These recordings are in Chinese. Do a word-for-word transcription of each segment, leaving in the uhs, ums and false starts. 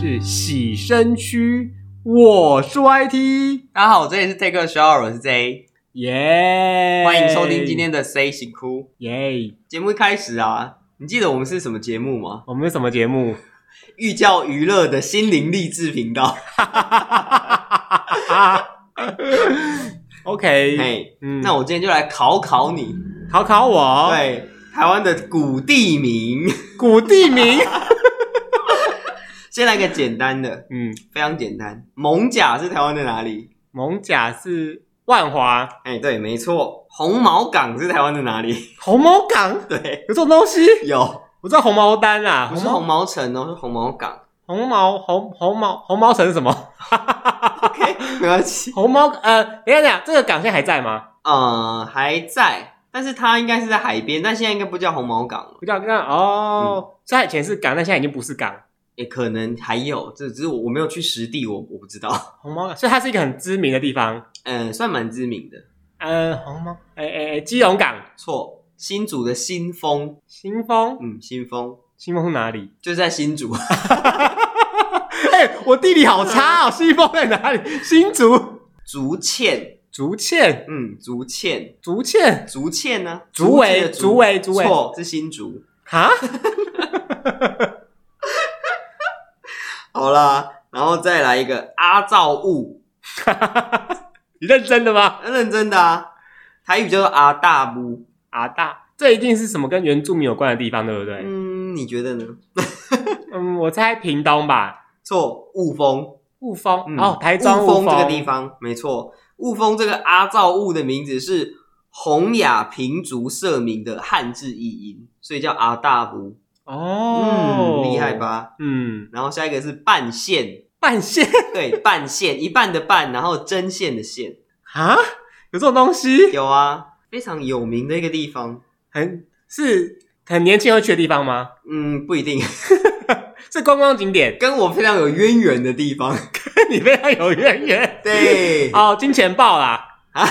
是洗身区，我是 Y T。 大家好，这里是 Take a Shower， 我是 J。 耶、 yeah ！欢迎收听今天的 Say 醒哭。 耶、yeah 节目一开始啊，你记得我们是什么节目吗？ 我们是什么节目？ 寓教于乐的心灵励志频道。 OK， 嘿、 嗯， 那我今天就来考考你， 考考我。 对，台湾的古地名， 古地名。 先来个简单的， 嗯， 非常简单。艋舺是台湾的哪里？ 艋舺是万华。 哎，对，没错。红毛港是台湾的哪里？ 红毛港？ 对， 有这种东西？ 有， 我知道红毛丹啊， 不是红毛城哦，是红毛港。 红毛红红毛红毛城是什么 ？OK， 没关系。 红毛呃，等一下等一下，这个港现在还在吗？ 呃，还在，但是它应该是在海边，但现在应该不叫红毛港了， 不叫港哦。嗯、所以它以前是港，但现在已经不是港。 也可能还有，这只是我没有去实地，我我不知道。 红毛港，所以它是一个很知名的地方。 嗯、呃，算蛮知名的。 呃，红毛，哎哎哎，基隆港。 错，新竹的新丰。 新丰？ 嗯，新丰。 新丰是哪里？ 就在新竹。 哎、欸，我地理好差哦！新丰在哪里？新竹。 竹堑。 竹堑。 嗯，竹堑。 竹堑。 竹堑呢？ 竹围。竹围。竹围。 错，是新竹。 哈？ 好啦，然后再来一个阿造物。 你认真的吗？ 认真的啊，台语叫做阿大屋。 阿大，这一定是什么跟原住民有关的地方，对不对？ 嗯，你觉得呢？ 嗯，我猜屏东吧。 错，雾峰。 雾峰、 嗯、 哦，台中雾峰这个地方，没错。雾峰这个阿造物的名字是洪雅平族社民的汉字译音，所以叫阿大屋。 哦， 嗯，厉害吧？ 嗯， 然后下一个是半线。 半线？ 对，半线，一半的半，然后针线的线。 啊？有这种东西？ 有啊，非常有名的一个地方。 很是很年轻人会去的地方吗？ 嗯，不一定。 是观光景点， 跟我非常有渊源的地方。 跟你非常有渊源。 对。 哦，金钱豹啦。啊？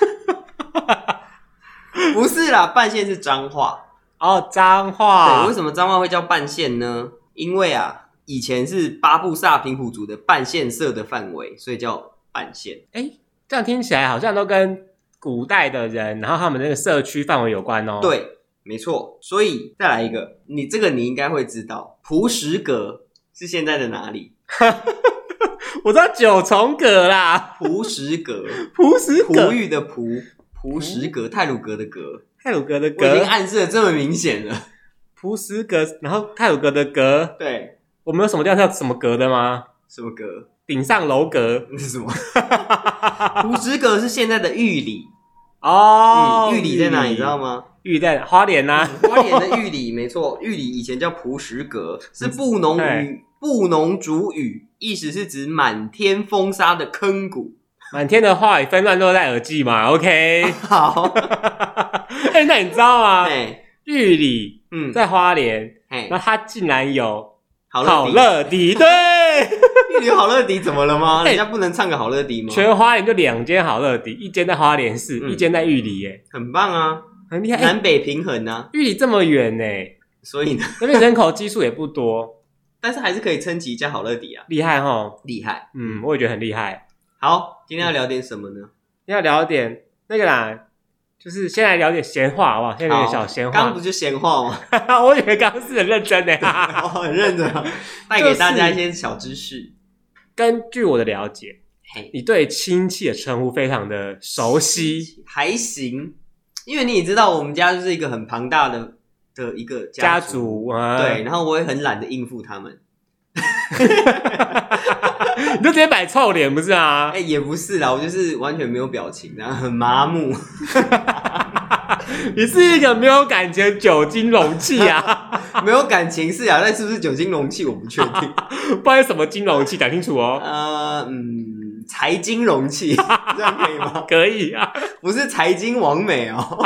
不是啦，半线是彰化。 哦，彰化。 对，为什么彰化会叫半线呢？因为啊，以前是巴布萨平埔族的半线社的范围，所以叫半线。 哎，这样听起来好像都跟古代的人，然后他们那个社区范围有关哦。 对，没错。所以再来一个，你这个你应该会知道，璞石阁是现在的哪里？ 我知道九重阁啦。 璞石阁， 璞石阁， 璞玉的璞，璞石阁，太鲁阁的阁。 太鲁阁的阁， 我已经暗示的这么明显了。 璞石阁，然后太鲁阁的阁， 对， 我们有什么地方叫什么阁的吗？ 什么阁？ 顶上楼阁。 那是什么？璞石阁是现在的玉里。 哦、 嗯，玉里在哪里你知道吗？ 玉里在花莲啊、 嗯、花莲的玉里没错，玉里以前叫璞石阁，是布农语，布农族语，意思是指满天风沙的坑谷。 满天的话语纷乱都在耳际嘛 ，OK。 好， 哎、欸，那你知道吗？ 欸、 玉里， 嗯， 在花莲， 哎， 那它竟然有好好乐迪，对， 玉里有好乐迪怎么了吗？人家不能唱个好乐迪吗？ 全花莲就两间好乐迪，一间在花莲市，嗯、一间在玉里，耶， 很棒啊， 很厉害， 南北平衡啊。 玉里这么远呢， 所以呢， 那边人口基数也不多， 但是还是可以撑起一家好乐迪啊， 厉害齁， 厉害， 嗯，我也觉得很厉害。 好，今天要聊点什么呢？ 要聊点那个啦，就是先来聊点闲话好不好？先聊点小闲话。 刚刚不就闲话吗？ 我以为刚刚是很认真的， 我很认真，带给大家一些小知识。就是、 根据我的了解，你对亲戚的称呼非常的熟悉， 还行，因为你也知道我们家就是一个很庞大的的一个家族， 家族啊、 对，然后我也很懒得应付他们。 你就直接摆臭脸不是啊？ 哎、欸，也不是啦，我就是完全没有表情，然后很麻木。 你是一个没有感情的酒精容器啊！ 没有感情是啊，但是不是酒精容器我不确定。 不然什么金容器讲清楚哦。 呃，嗯，财经容器这样可以吗？ 可以啊， 不是财经王美哦。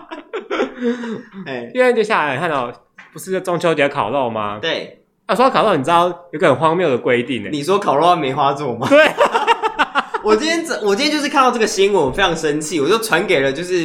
哎， 因为接下来看到不是中秋节烤肉吗？ 对。 啊，说到烤肉，你知道有个很荒谬的规定呢？ 你说烤肉要梅花座吗？ 对。 我今天我今天就是看到这个新闻，我非常生气，我就传给了就是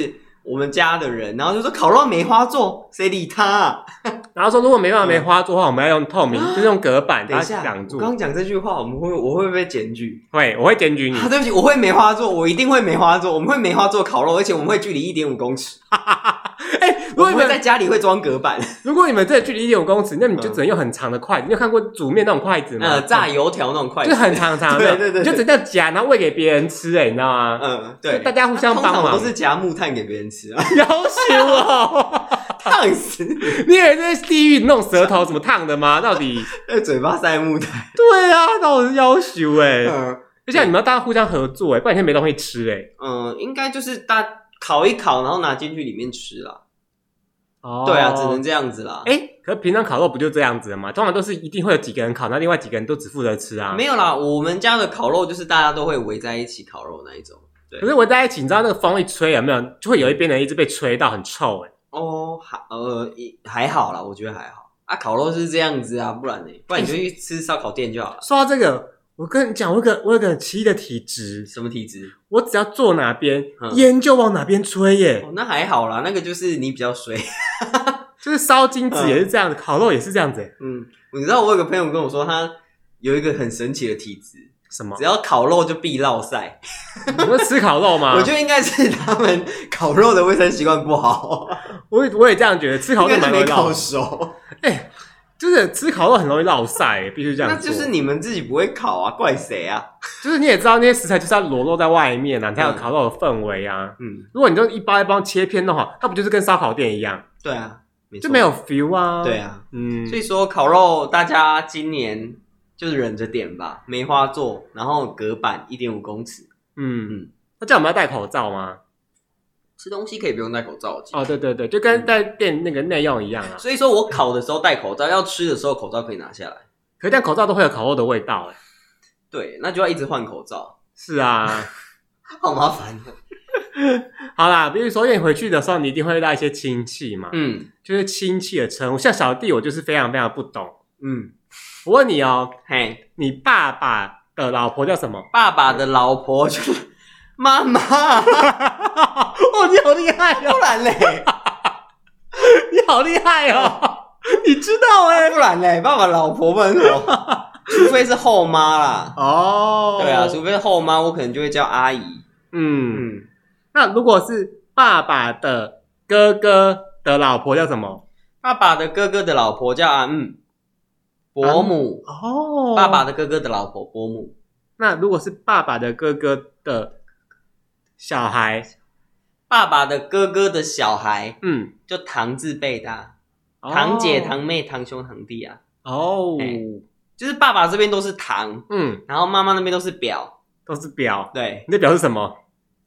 我们家的人，然后就说烤肉梅花座，谁理他啊？ 然后说如果没办法梅花座的话，我们要用透明，就是用隔板把它挡住。 我刚刚讲这句话，我们会我会不会被检举？ 会，我会检举你。 啊，对不起，我会梅花座，我一定会梅花座，我们会梅花座烤肉，而且我们会距离一点五公尺。 哎、欸，如果你们在家里会装隔板， 如果你们这距离一点五公尺，那你就只能用很长的筷子。嗯、你有看过煮面那种筷子吗？ 呃，炸油条那种筷子， 就很长长的， 对对对， 你就只能夹，然后喂给别人吃、欸，哎，你知道吗？ 嗯，对， 就大家互相帮忙。 通常都是夹木炭给别人吃啊， 要羞哦， 烫死你！ 你以为这是地狱那种舌头怎么烫的吗？到底？ 在嘴巴塞木炭。 对啊，那我是要求哎、欸， 嗯， 就像你们要大家互相合作哎、欸，不然你现在没东西吃哎、欸。 嗯，应该就是大家烤一烤，然后拿进去里面吃啦。 哦， 对啊，只能这样子啦。 哎、欸，可是平常烤肉不就这样子的吗？通常都是一定会有几个人烤，那另外几个人都只负责吃啊。 没有啦，我们家的烤肉就是大家都会围在一起烤肉那一种。对， 可是围在一起，你知道那个风一吹有没有，就会有一边人一直被吹到很臭哎、欸。 哦，还呃还好啦，我觉得还好啊。烤肉是这样子啊，不然呢？不然你就去吃烧烤店就好了。 说到这个，我跟你讲，我有个我有个很奇异的体质。 什么体质？ 我只要坐哪边，烟、嗯、就往哪边吹耶。 哦，那还好啦，那个就是你比较衰。 就是烧金子也是这样子、嗯，烤肉也是这样子。 嗯，你知道我有个朋友跟我说，他有一个很神奇的体质。 什么？ 只要烤肉就必落腮。 你说吃烤肉吗？ 我觉得应该是他们烤肉的卫生习惯不好。 我也我也这样觉得，吃烤肉蛮容易落。 没烤熟。 哎、欸，就是吃烤肉很容易落腮，必须这样做。 那就是你们自己不会烤啊，怪谁啊？ 就是你也知道那些食材就是要裸露在外面啊，才有烤肉的氛围啊。嗯，如果你就一包一包切片弄好，它不就是跟烧烤店一样？ 对啊，没错， 就没有 feel 啊。 对啊，嗯，所以说烤肉大家今年就是忍着点吧，梅花座，然后隔板 一点五公尺。嗯嗯，那这样我们要戴口罩吗？ 吃东西可以不用戴口罩。 哦，对对对，就跟在店那个内用一样啊。 所以说我烤的时候戴口罩，要吃的时候口罩可以拿下来。 可是这样口罩都会有烤肉的味道哎。 对，那就要一直换口罩。 是啊， 好麻烦。 好啦，比如说你回去的时候，你一定会遇到一些亲戚嘛。 嗯， 就是亲戚的称呼，像小弟我就是非常非常不懂。嗯，我问你哦， 嘿， 你爸爸的老婆叫什么？ 爸爸的老婆就是妈妈。 哦，你好厉害哦！ 不然嘞， 你好厉害哦！你知道哎、欸， 不然嘞，爸爸老婆不能说，除非是后妈啦。 哦， 对啊，除非是后妈，我可能就会叫阿姨。 嗯嗯，那如果是爸爸的哥哥的老婆叫什么？ 爸爸的哥哥的老婆叫阿姆。伯母。 哦， 爸爸的哥哥的老婆伯母。 那如果是爸爸的哥哥的小孩， 爸爸的哥哥的小孩， 嗯， 就堂字辈的、啊哦，堂姐、堂妹、堂兄、堂弟啊。 哦， 就是爸爸这边都是堂，嗯，然后妈妈那边都是表， 都是表。 对， 你的表是什么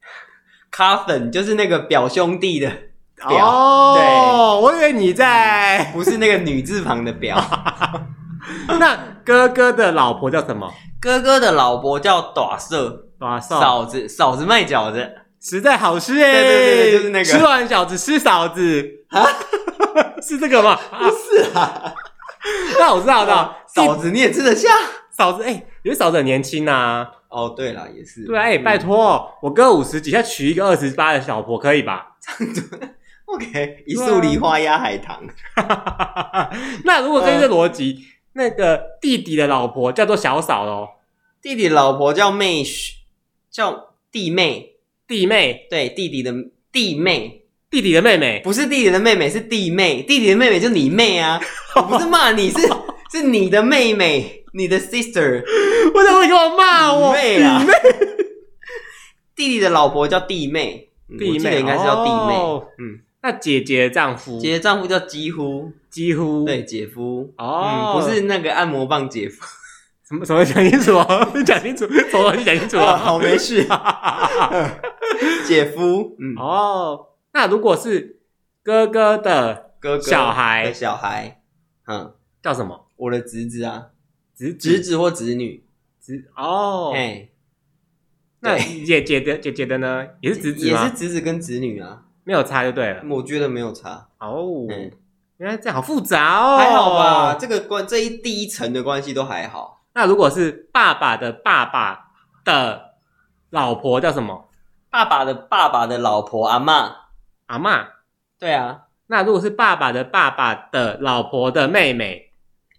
？cousin 就是那个表兄弟的表。 哦，对，我以为你在， 不是那个女字旁的表。 那哥哥的老婆叫什么？ 哥哥的老婆叫大嫂， 大嫂， 嫂子，嫂子卖饺子， 实在好吃哎！ 对对对对，就是那个吃完饺子吃嫂子啊，是这个吗？ 不是啊， 那我知道的， 嫂子你也吃得下？ 嫂子哎、欸，有嫂子很年轻啊。 哦，对啦，也是。 对啊，哎、欸，拜托，我哥五十几，要娶一个二十八的小婆可以吧？ 这样子 ，OK， 一束梨花压海棠。 那如果根据这逻辑。呃那个弟弟的老婆叫做小嫂咯， 弟弟的老婆叫妹婿，叫弟妹， 弟妹， 对，弟弟的弟妹， 弟弟的妹妹， 不是弟弟的妹妹，是弟妹，弟弟的妹妹就是你妹啊，我不是骂你，是是你的妹妹，你的 sister， 我想你干嘛骂我？ 妹啊，弟弟的老婆叫弟妹，弟妹我记得应该是叫弟妹， 哦、嗯。那姐姐的丈夫， 姐姐丈夫叫几乎， 几乎对姐夫哦、 嗯，不是那个按摩棒姐夫， 什么什么讲清楚哦，你讲清楚，什么你讲清楚哦， 好没事，姐夫，嗯哦，那如果是哥哥的哥哥小孩的小孩，嗯， 叫什么？ 我的侄子啊， 侄侄子或侄女， 侄哦， 哎， 那姐姐的姐姐的呢，也是侄子吗？也是侄子跟侄女啊。 没有差就对了， 我觉得没有差哦。嗯、原来这样好复杂哦， 还好吧？这个关这一第一层的关系都还好。 那如果是爸爸的爸爸的老婆叫什么？ 爸爸的爸爸的老婆阿嬷， 阿嬷。 对啊。 那如果是爸爸的爸爸的老婆的妹妹，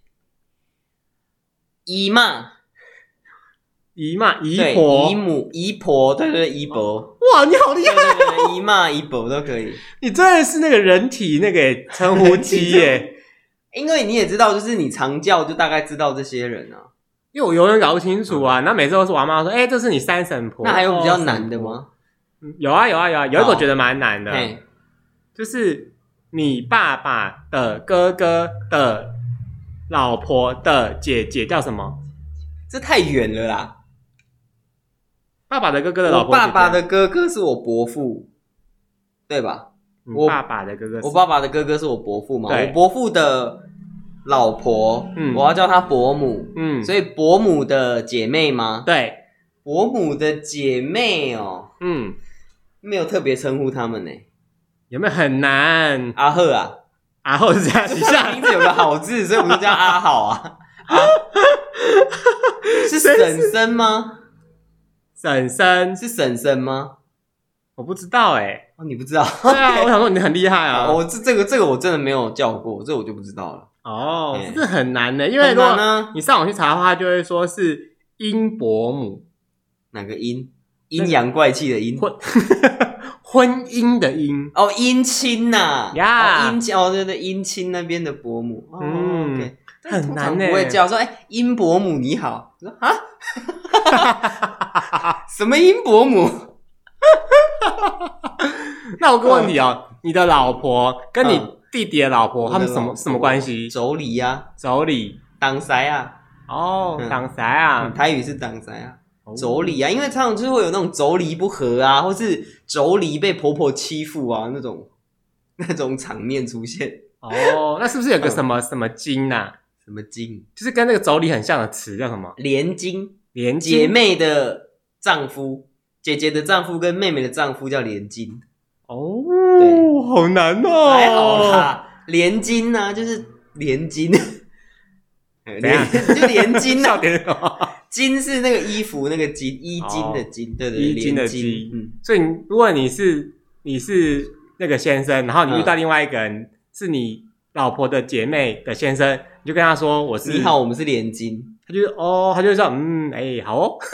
姨妈。 姨妈、姨婆、 姨母、姨婆，对对对，姨婆。 哇，你好厉害、哦！ 对对对，姨妈、姨婆都可以。 你真的是那个人体那个称呼机耶！ 因为你也知道，就是你常叫，就大概知道这些人啊。 因为我永远搞不清楚啊，那、嗯、每次都是我妈说：“哎、欸，这是你三婶婆。” 那还有比较难的吗？ 有啊有啊有啊，有一个我觉得蛮难的， 哦、 就是你爸爸的哥哥的老婆的姐姐叫什么？ 这太远了啦。 爸爸的哥哥的老婆姐姐， 我爸爸的哥哥是我伯父，对吧？ 我爸爸的哥哥是， 我爸爸的哥哥是我伯父嘛？我伯父的老婆，嗯，我要叫他伯母，嗯，所以伯母的姐妹吗？ 对， 伯母的姐妹哦，嗯，没有特别称呼他们呢， 有没有很难？ 阿赫啊， 阿赫是这样， 你下名字有个好字，所以我们就叫阿好啊。啊是婶婶吗？ 婶婶是婶婶吗？ 我不知道哎、欸， 哦，你不知道？ 对啊，我想说你很厉害啊！ 我、哦、这这个这个我真的没有叫过，这我就不知道了。 哦，欸、这很难的、欸，因为如果你上网去查的话，就会说是阴伯母， 哪个阴？阴阳怪气的阴， 婚婚姻的姻哦，姻亲呐呀， 姻亲哦，对对，姻亲那边的伯母，哦、嗯 ，OK。 很难呢、欸， 不会叫说哎，殷伯母你好，我说啊，什么殷伯母？ 那我有个问题哦，嗯、你的老婆跟你弟弟的老婆，嗯、他们什么什么关系？ 妯娌呀， 妯娌， 当塞啊， 哦，嗯、当塞啊、 嗯，台语是当塞啊，妯娌啊，因为常常就是会有那种妯娌不和啊，或是妯娌被婆婆欺负啊那种那种场面出现。 哦，那是不是有个什么、嗯、什么金呐、啊？ 什么金？ 就是跟那个妯娌很像的词叫什么？ 连金。 连金。 姐妹的丈夫，姐姐的丈夫跟妹妹的丈夫叫连金。 哦，对，好难哦。 还好啦，连金啊，就是连金。 怎样？ 就连金啊。 笑金是那个衣服那个金，衣襟的金，哦、对对对， 衣襟的金。嗯，所以如果你是你是那个先生，然后你遇到另外一个人、嗯、是你老婆的姐妹的先生。你就跟他说我是你好，我们是连金。 他就哦，他就说嗯，哎、欸，好哦。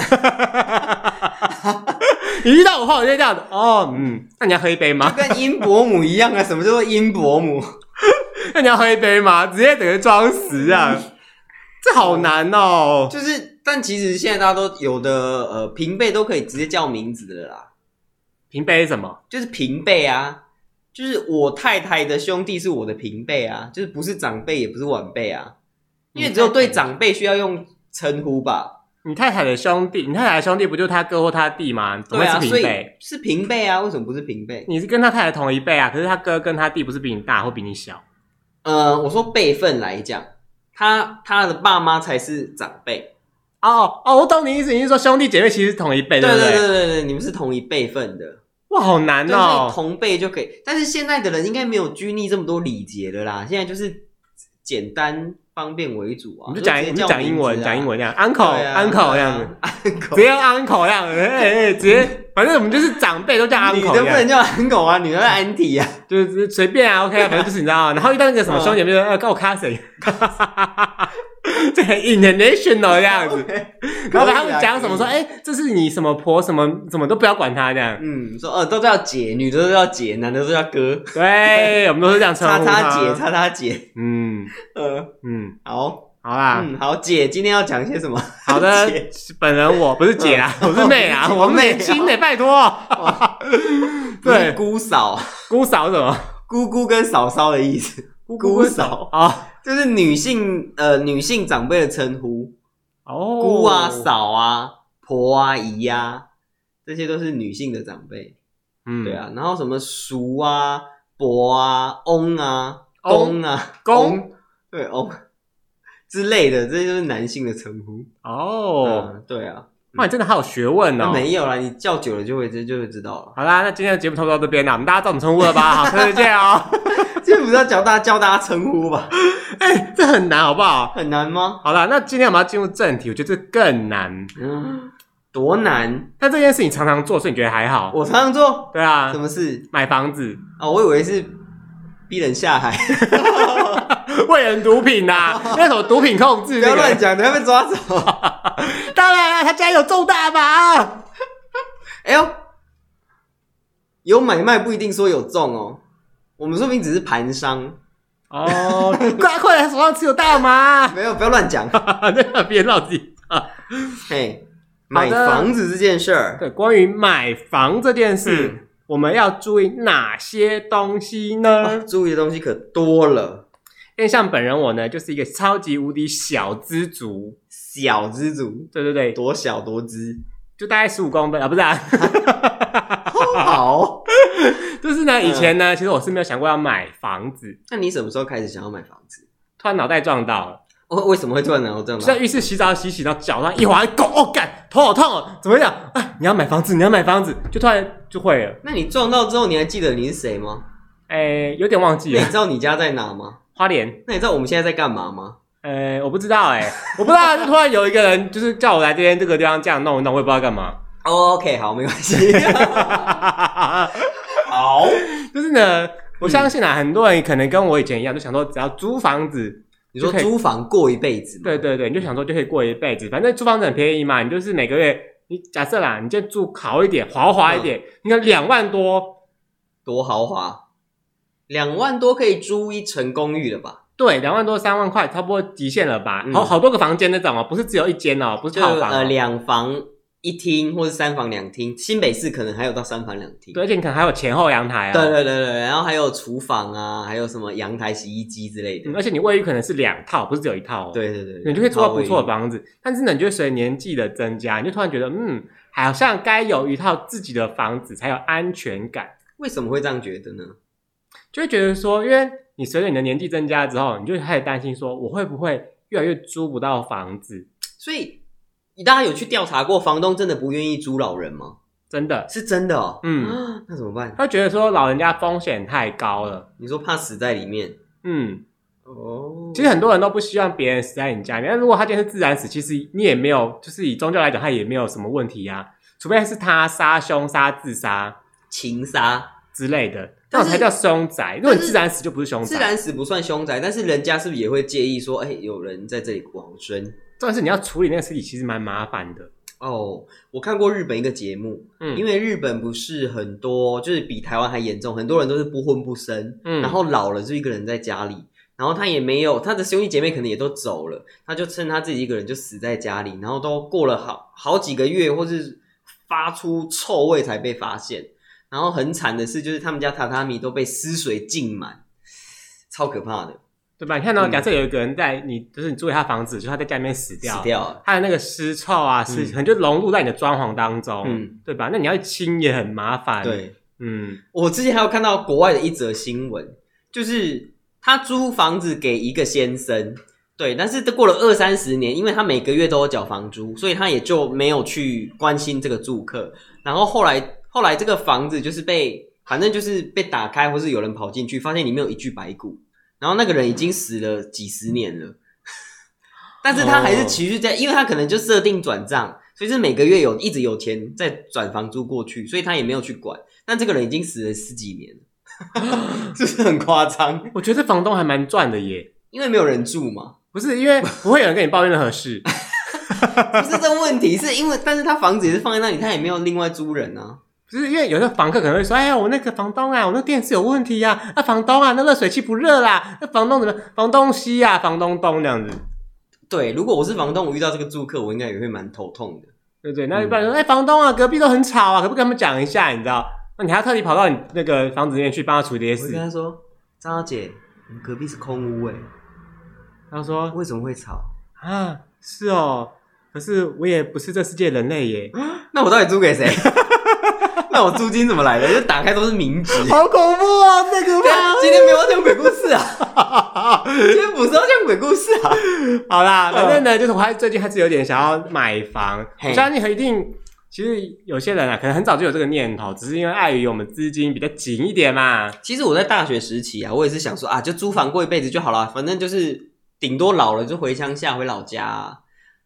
你遇到我话，我就这样子哦，嗯，那你要喝一杯吗？ 就跟阴伯母一样啊，什么叫做阴伯母？ 那你要喝一杯吗？直接等于装死啊，这好难哦。 就是，但其实现在大家都有的呃平辈都可以直接叫名字的啦。 平辈是什么？ 就是平辈啊。就是我太太的兄弟是我的平辈啊，就是不是长辈也不是晚辈啊，因为只有对长辈需要用称呼吧。 你太太的兄弟，你太太的兄弟不就是他哥或他弟吗？怎么会是平辈？ 啊、是平辈啊，为什么不是平辈？ 你是跟他太太同一辈啊，可是他哥跟他弟不是比你大或比你小？ 呃，我说辈分来讲，他他的爸妈才是长辈。 哦哦，我懂你意思，你是说兄弟姐妹其实是同一辈，对不对？ 对对对对对，你们是同一辈分的。 哇，好难哦！ 所以同辈就可以，但是现在的人应该没有拘泥这么多礼节了啦。现在就是简单方便为主啊。 你就讲，你就讲英文，讲英文这样 ，uncle，uncle 这样子， uncle 直接 uncle 这样子，哎哎，直接，反正我们就是长辈都叫 uncle， 女的不能叫 uncle 啊，女的叫 auntie 啊， 就是随便啊 ，OK 啊，反正就是你知道，然后遇到那个什么兄弟，就说呃，跟我 cousin。这很 international 这样子， okay, 然后他们讲什么说，哎、欸，这是你什么婆什么什么都不要管他这样， 嗯，说呃都叫姐，女的都叫姐，男的都叫哥， 对，我们都是这样称呼他， 叉叉姐，叉叉姐， 嗯， 呃， 嗯， 好， 好啦， 嗯，好，姐，今天要讲些什么？ 好的，本人我不是姐啊，我是妹啊，我妹亲的，拜托， 对，姑嫂， 姑嫂是什么？ 姑姑跟嫂嫂的意思，姑嫂啊。就是女性呃女性长辈的称呼哦，姑啊、嫂啊、婆啊、姨啊，这些都是女性的长辈。嗯，对啊，然后什么叔啊、伯啊、翁啊、公啊、公，对翁之类的，这些都是男性的称呼。哦、嗯，对啊， 哇，你真的好有学问哦。 没有啦，你叫久了就会就会知道了。 好啦，那今天的节目差不多到这边了，我们大家知道怎么称呼了吧？好，下次见哦。 今天不是要教大家教大家称呼吧？ 哎、欸，这很难，好不好？ 很难吗？ 好啦，那今天我们要进入正题，我觉得这更难。 嗯， 多难？ 但这件事你常常做，所以你觉得还好？ 我常常做。 对啊。 什么事？ 买房子。 哦，我以为是逼人下海。 喂人毒品呐、啊，那种毒品控制、那個， 不要乱讲，你要被抓走。 当然了，他家有中大麻。 哎呦，有买卖不一定说有中哦，我们说明只是盘商哦。快快来手上持有大麻， 没有，不要乱讲， 那别闹自己。 嘿，买房子这件事儿， 对，关于买房这件事。嗯，我们要注意哪些东西呢？ 哦，注意的东西可多了。 因为像本人我呢，就是一个超级无敌小资族， 小资族， 对对对， 多小多资， 就大概十五公分啊，不是啊。 好， 就是呢，以前呢，其实我是没有想过要买房子。 那你什么时候开始想要买房子？ 突然脑袋撞到了。 哦，为什么会突然脑袋撞到？ 在浴室洗澡洗洗到脚上一滑一拱，哦干，头好痛哦，怎么样？啊，你要买房子，你要买房子，就突然就会了。 那你撞到之后，你还记得你是谁吗？ 诶，有点忘记了。 那你知道你家在哪吗？ 花莲。 那你知道我们现在在干嘛吗？ 呃，我不知道哎、欸，我不知道，就突然有一个人就是叫我来这边这个地方这样弄一弄，我也不知道干嘛。 Oh, OK， 好，没关系。好， 就是呢，我相信啊，嗯、很多人可能跟我以前一样，就想说只要租房子， 你说租房过一辈子， 对对对，你就想说就可以过一辈子，反正租房子很便宜嘛，你就是每个月，你假设啦，你就住好一点、豪华一点，嗯、你看两万多， 多豪华。两万多可以租一层公寓了吧？ 对，两万多三万块差不多极限了吧？嗯、好好多个房间那种哦，不是只有一间哦，不是套房、哦， 呃，两房一厅或是三房两厅，新北市可能还有到三房两厅， 对，而且你可能还有前后阳台啊、哦， 对对对对，然后还有厨房啊，还有什么阳台、洗衣机之类的、 嗯，而且你卫浴可能是两套，不是只有一套哦， 对对对， 你就可以租到不错的房子。但是呢，你就随着年纪的增加，你就突然觉得，嗯，好像该有一套自己的房子才有安全感。 为什么会这样觉得呢？ 就会觉得说，因为你随着你的年纪增加之后，你就开始担心说，我会不会越来越租不到房子？ 所以大家有去调查过，房东真的不愿意租老人吗？ 真的是真的哦。 嗯， 那怎么办？ 他觉得说老人家风险太高了。 你说怕死在里面？ 嗯， 哦， 其实很多人都不希望别人死在你家里面。但如果他今天是自然死，其实你也没有，就是以宗教来讲，他也没有什么问题啊。除非是他杀、凶杀、自杀、 情杀之类的。 那才叫凶宅，如果你自然死就不是凶宅。 自然死不算凶宅，但是人家是不是也会介意说，哎、欸，有人在这里往生？ 重点是你要处理那个尸体，其实蛮麻烦的。 哦，我看过日本一个节目，嗯，因为日本不是很多，就是比台湾还严重，很多人都是不婚不生，嗯，然后老了就一个人在家里，然后他也没有他的兄弟姐妹可能也都走了，他就趁他自己一个人就死在家里，然后都过了好好几个月，或是发出臭味才被发现。然后很惨的是，就是他们家榻榻米都被尸水浸满，超可怕的， 对吧？你看到，假设有一个人在你，就是你住在他房子，就是他在家里面死掉， 死掉了， 他的那个尸臭啊，是、嗯、可能就融入在你的装潢当中，嗯，对吧？那你要清也很麻烦， 对， 嗯。 我之前还有看到国外的一则新闻，就是他租房子给一个先生，对，但是过了二三十年，因为他每个月都有缴房租，所以他也就没有去关心这个住客，然后后来。后来这个房子就是被，反正就是被打开，或是有人跑进去，发现里面有一具白骨，然后那个人已经死了几十年了，但是他还是持续在，因为他可能就设定转账，所以是每个月有一直有钱在转房租过去，所以他也没有去管。但这个人已经死了十几年了，是不是很夸张？ 我觉得房东还蛮赚的耶， 因为没有人住嘛， 不是因为不会有人跟你抱怨任何事。 不是这个问题，是因为但是他房子也是放在那里，他也没有另外租人啊。 不是因为有的房客可能会说，哎呀，我那个房东啊，我那个电视有问题啊，那房东啊，那热水器不热啦，那房东怎么，房东西啊，房东东这样子。 对，如果我是房东，我遇到这个住客，我应该也会蛮头痛的。 对对，那一般人说，哎、嗯欸，房东啊，隔壁都很吵啊，可不可以跟他们讲一下？你知道，那你还要特地跑到你那个房子里面去帮他处理这些事。 我跟他说，张小姐，我们隔壁是空屋哎。 他说， 为什么会吵啊？是哦，可是我也不是这世界人类耶。 那我到底租给谁？那我租金怎么来的？就打开都是冥纸， 好恐怖啊！太可怕！ 今天没有要讲鬼故事啊，今天不是要讲鬼故事啊。 好啦，反正呢，就是我还最近还是有点想要买房。我相信一定，其实有些人啊，可能很早就有这个念头，只是因为碍于我们资金比较紧一点嘛。 其实我在大学时期啊，我也是想说啊，就租房过一辈子就好了，反正就是顶多老了就回乡下回老家啊。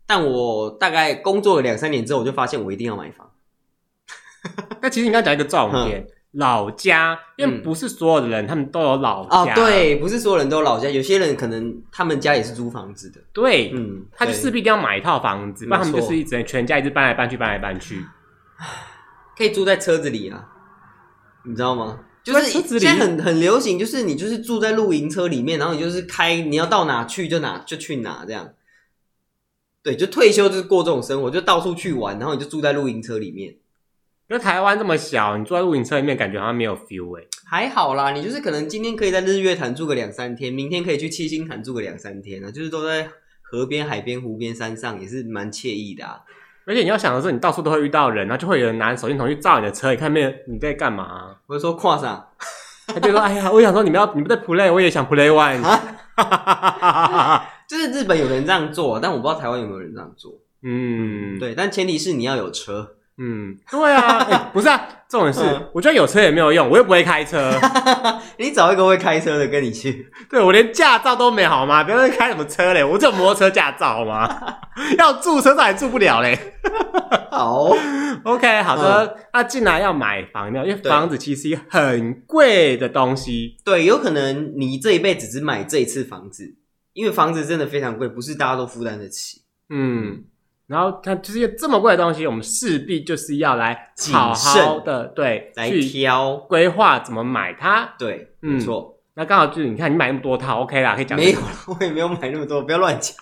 但我大概工作了两三年之后，我就发现我一定要买房。 那其实你刚讲一个重点，老家，因为不是所有的人、嗯、他们都有老家。 哦，对，不是所有人都有老家，有些人可能他们家也是租房子的。 对，嗯，他就势必一定要买一套房子，不然他们就是一整全家一直搬来搬去，搬来搬去。 可以住在车子里啊，你知道吗？就是现在很很流行，就是你就是住在露营车里面，然后你就是开，你要到哪去就哪就去哪这样。对，就退休就是过这种生活，就到处去玩，然后你就住在露营车里面。 因为台湾这么小，你住在露营车里面，感觉好像没有 feel 欸。 还好啦，你就是可能今天可以在日月潭住个两三天，明天可以去七星潭住个两三天啊，就是都在河边、海边、湖边、山上，也是蛮惬意的啊。 而且你要想的是，你到处都会遇到人，然后就会有人拿手电筒去照你的车，你看没有你在干嘛、啊？ 我就说跨啥？ 他就说：“哎呀，我想说你们要你们在 play， 我也想 play one。 就是日本有人这样做，但我不知道台湾有没有人这样做。嗯，对，但前提是你要有车。 嗯，对啊，欸、不是啊，重点是、嗯，我觉得有车也没有用，我又不会开车。 你找一个会开车的跟你去。 对，我连驾照都没好吗？不要开什么车嘞，我只有摩托车驾照好吗？要住车上还住不了嘞。 好 ，OK， 好的。嗯、那进来要买房，因为房子其实是很贵的东西。 对，有可能你这一辈子只买这一次房子，因为房子真的非常贵，不是大家都负担得起。嗯。 然后它就是这么贵的东西，我们势必就是要来好好的对来挑规划怎么买它。 对，没错、 嗯。那刚好就是你看你买那么多套 ，OK 啦，可以讲。 没有，我也没有买那么多，不要乱讲。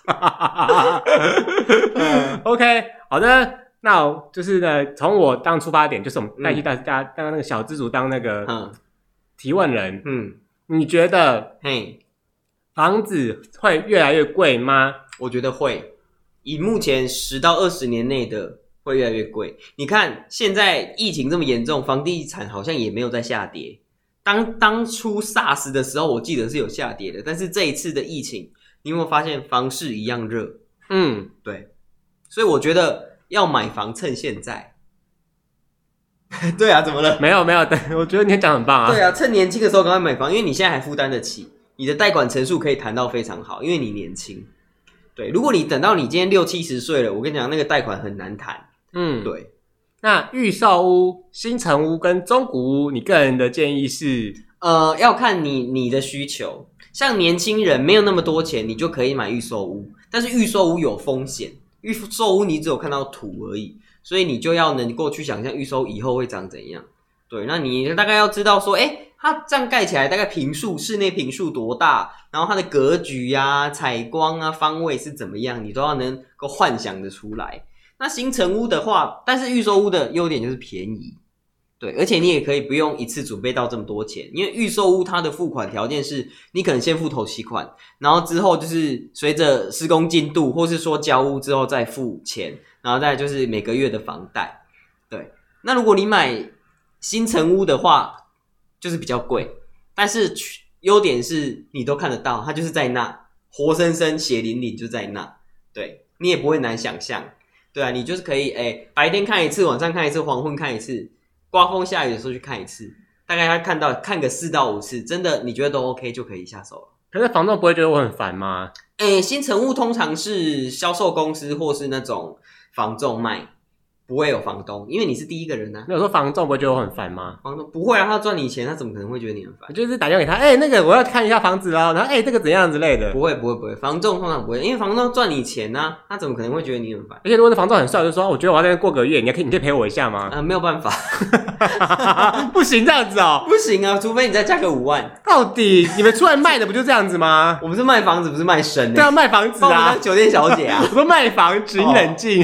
OK， 好的，那就是呢，从我当出发点，就是我们代替大家当那个小资主当那个提问人。嗯，你觉得嘿房子会越来越贵吗？ 我觉得会。以目前十到二十年内的会越来越贵。你看现在疫情这么严重，房地产好像也没有在下跌。当当初 SARS 的时候，我记得是有下跌的，但是这一次的疫情，你有没有发现房市一样热？嗯，对。所以我觉得要买房趁现在。对啊，怎么了？ 没有没有，我觉得你讲很棒啊。 对啊，趁年轻的时候赶快买房，因为你现在还负担得起，你的贷款成数可以谈到非常好，因为你年轻。对，如果你等到你今天六七十岁了，我跟你讲，那个贷款很难谈。嗯，对。 那预售屋、新成屋跟中古屋，你个人的建议是？ 呃，要看你你的需求。像年轻人没有那么多钱，你就可以买预售屋，但是预售屋有风险，预售屋你只有看到土而已，所以你就要能够去想象预售以后会长怎样。对，那你大概要知道说，诶它这样盖起来大概坪数，室内坪数多大，然后它的格局啊、采光啊、方位是怎么样，你都要能够幻想得出来。那新成屋的话，但是预售屋的优点就是便宜，对，而且你也可以不用一次准备到这么多钱，因为预售屋它的付款条件是，你可能先付头期款，然后之后就是随着施工进度，或是说交屋之后再付钱，然后再就是每个月的房贷。对，那如果你买新成屋的话，就是比较贵，但是优点是你都看得到，它就是在那，活生生血淋淋就在那，对，你也不会难想象，对啊，你就是可以，诶，白天看一次，晚上看一次，黄昏看一次，刮风下雨的时候去看一次，大概他看到看个四到五次，真的你觉得都 OK 就可以下手了。 可是房东不会觉得我很烦吗？ 诶，新成屋通常是销售公司或是那种房仲卖。不会有房东，因为你是第一个人啊。 那有时候房仲不会觉得我很烦吗？ 房东不会啊，他赚你钱，他怎么可能会觉得你很烦？ 我就是打电话给他，哎、欸，那个我要看一下房子啦，然后哎、欸，这个怎样之类的。 不会不会不会，房仲通常不会，因为房仲赚你钱啊，他怎么可能会觉得你很烦？ 而且如果那房仲很帅，我就说我觉得我要在那过个月，你可以你可以陪我一下吗？ 啊、呃，没有办法， 不行这样子哦、喔， 不行啊，除非你再加个五万。 到底你们出来卖的不就这样子吗？ 我们是卖房子，不是卖身、欸。 对啊，卖房子啊， 我们当酒店小姐啊， 我说卖房子，你冷静。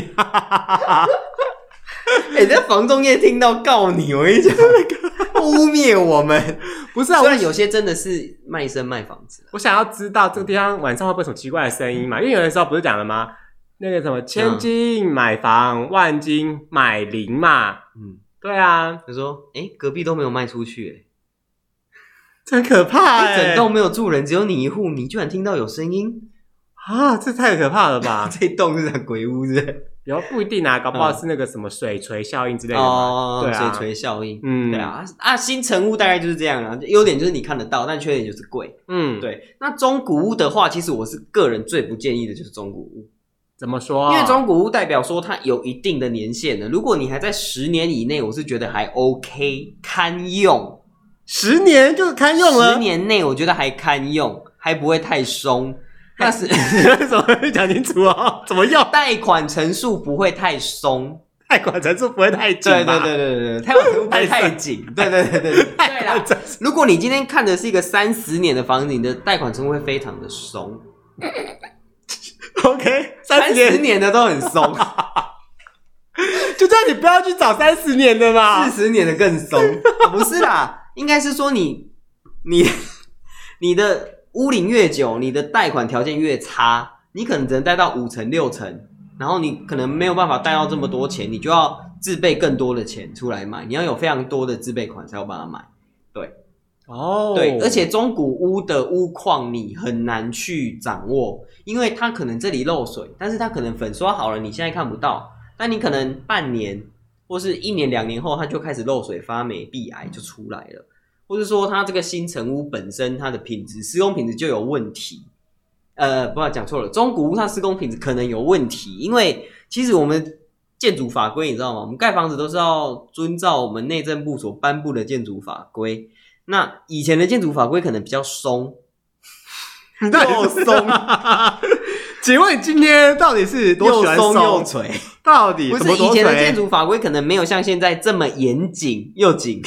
哎、欸，这房仲业听到告你，我跟你讲，污蔑我们。不是啊，虽然有些真的是卖身卖房子。 我想要知道这个地方晚上会不会有什么奇怪的声音嘛？因为有的时候不是讲了吗？那个什么千金买房，万金买邻嘛。嗯，对啊。 他说，哎、欸，隔壁都没有卖出去、欸， 真可怕哎、 欸！整栋没有住人，只有你一户，你居然听到有声音啊！这太可怕了吧？ 这栋是鬼屋是不是？ 有不一定啊，搞不好是那个什么水锤效应之类的嘛。 哦，对啊，水锤效应，嗯，对啊，啊，新成屋大概就是这样啦。优点就是你看得到，但缺点就是贵，嗯，对。那中古屋的话，其实我是个人最不建议的就是中古屋， 怎么说？ 因为中古屋代表说它有一定的年限了，如果你还在十年以内，我是觉得还 OK， 堪用。 十年就堪用了？ 十年内我觉得还堪用，还不会太松。那是怎么讲清楚哦？怎么用？ 贷款成数不会太松， 贷款成数不会太紧吧？ 对对对对对，贷款成数不会太紧。对对对对对，对啦。如果你今天看的是一个三十年的房子，你的贷款成数会非常的松。 OK， 三十年的都很松， 就这样，你不要去找三十年的嘛， 四十年的更松。啊、不是啦，应该是说你你你的屋龄越久，你的贷款条件越差，你可能只能贷到五成六成，然后你可能没有办法贷到这么多钱，你就要自备更多的钱出来买，你要有非常多的自备款才有办法买。对， 哦， 对，而且中古屋的屋况你很难去掌握，因为它可能这里漏水，但是它可能粉刷好了，你现在看不到，但你可能半年或是一年两年后，它就开始漏水发霉壁癌就出来了。或是说它这个新成屋本身它的品质施工品质就有问题，呃，不要讲错了，中古屋它施工品质可能有问题，因为其实我们建筑法规你知道吗？我们盖房子都是要遵照我们内政部所颁布的建筑法规，那以前的建筑法规可能比较松， 又松。请问你今天到底是多喜欢松又松又垂？ 到底不是以前的建筑法规可能没有像现在这么严谨又紧。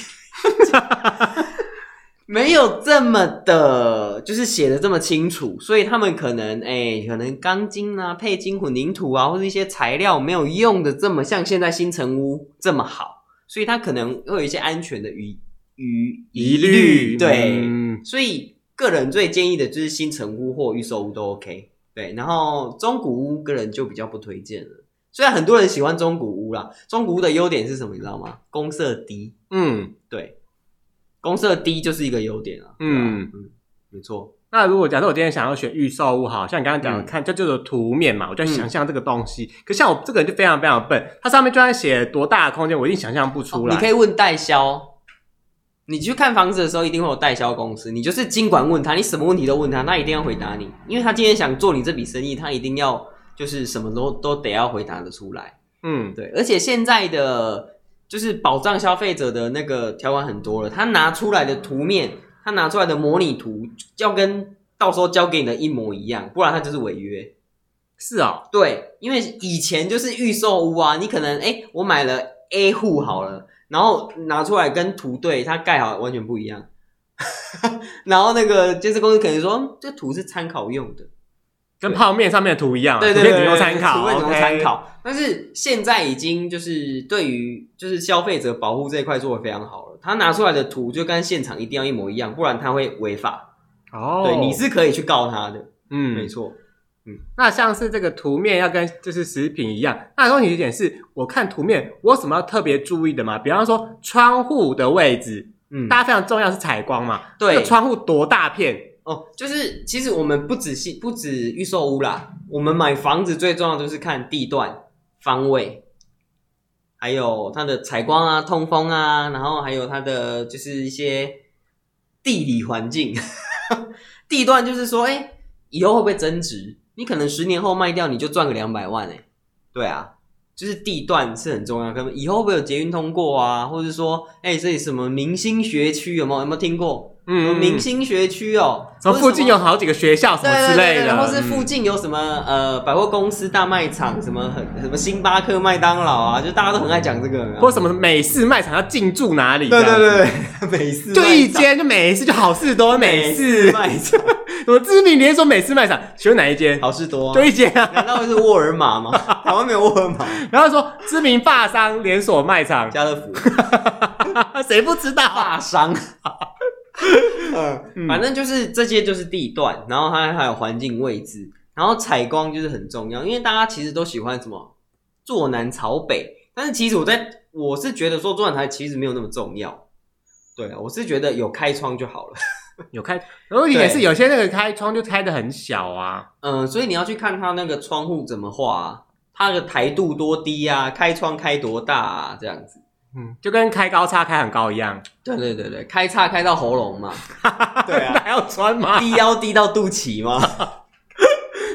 没有这么的就是写的这么清楚，所以他们可能诶、欸、可能钢筋啊配筋混凝土啊或者一些材料没有用的这么像现在新成屋这么好，所以它可能会有一些安全的疑疑疑虑。对、嗯、所以个人最建议的就是新成屋或预售屋都 OK。 对，然后中古屋个人就比较不推荐了，虽然很多人喜欢中古屋啦，中古屋的优点是什么你知道吗？公设低。嗯，对，公设低就是一个优点啊。嗯嗯，没错。 那如果假设我今天想要选预售屋，好像你刚刚讲的看，就就是图面嘛，我就想象这个东西。嗯、可像我这个人就非常非常笨，它上面就算写多大的空间，我一定想象不出来。 哦、你可以问代销，你去看房子的时候一定会有代销公司，你就是尽管问他，你什么问题都问他，他一定要回答你，因为他今天想做你这笔生意，他一定要就是什么都都得要回答得出来。嗯，对，而且现在的。就是保障消费者的那个条款很多了，他拿出来的图面，他拿出来的模拟图要跟到时候交给你的一模一样，不然他就是违约。 是啊、哦， 对，因为以前就是预售屋啊，你可能诶我买了 A 户好了，然后拿出来跟图对，它盖好完全不一样。然后那个建设公司可能说这图是参考用的。 跟泡面上面的图一样、啊， 对对对， 图片只用参考， 图片只用参考。但是现在已经就是对于就是消费者保护这一块做得非常好了，他拿出来的图就跟现场一定要一模一样，不然他会违法。哦，对，你是可以去告他的。嗯，没错。 嗯，那像是这个图面要跟就是食品一样，那问题一点是我看图面，我有什么要特别注意的吗？比方说窗户的位置，嗯，大家非常重要是采光嘛。对，这个窗户多大片？ 哦，就是其实我们不只是不止预售屋啦，我们买房子最重要的就是看地段、方位，还有它的采光啊、通风啊，然后还有它的就是一些地理环境。地段就是说，哎、欸，以后会不会增值？你可能十年后卖掉，你就赚个两百万哎、欸。对啊，就是地段是很重要，可能以后会不会有捷运通过啊，或者说，哎、欸，这里什么明星学区有没有有没有听过？嗯，明星学区哦， 什么附近有好几个学校什么之类的， 对对对对，或是附近有什么、嗯、呃百货公司大卖场，什么什么星巴克、麦当劳啊，就大家都很爱讲这个， 或什么美式卖场要进驻哪里？ 对对对，美式就一间就美式就好事多美式卖场， 什么知名连锁美式卖场，请问哪一间？ 好事多、啊， 就一间啊？ 难道会是沃尔玛吗？台湾没有沃尔玛。 然后说知名发商连锁卖场， 家乐福， 谁不知道发商？嗯，反正就是这些就是地段，然后它还有环境位置，然后采光就是很重要，因为大家其实都喜欢什么坐南朝北，但是其实我在我是觉得说坐南朝北其实没有那么重要，对啊，我是觉得有开窗就好了。 有开，问题也是有些那个开窗就开得很小啊， 嗯，所以你要去看它那个窗户怎么画啊，它的台度多低啊，开窗开多大啊，这样子。 嗯，就跟开高叉开很高一样。 对对对对，开叉开到喉咙嘛。对啊， 还要穿吗？ 低腰低到肚脐吗？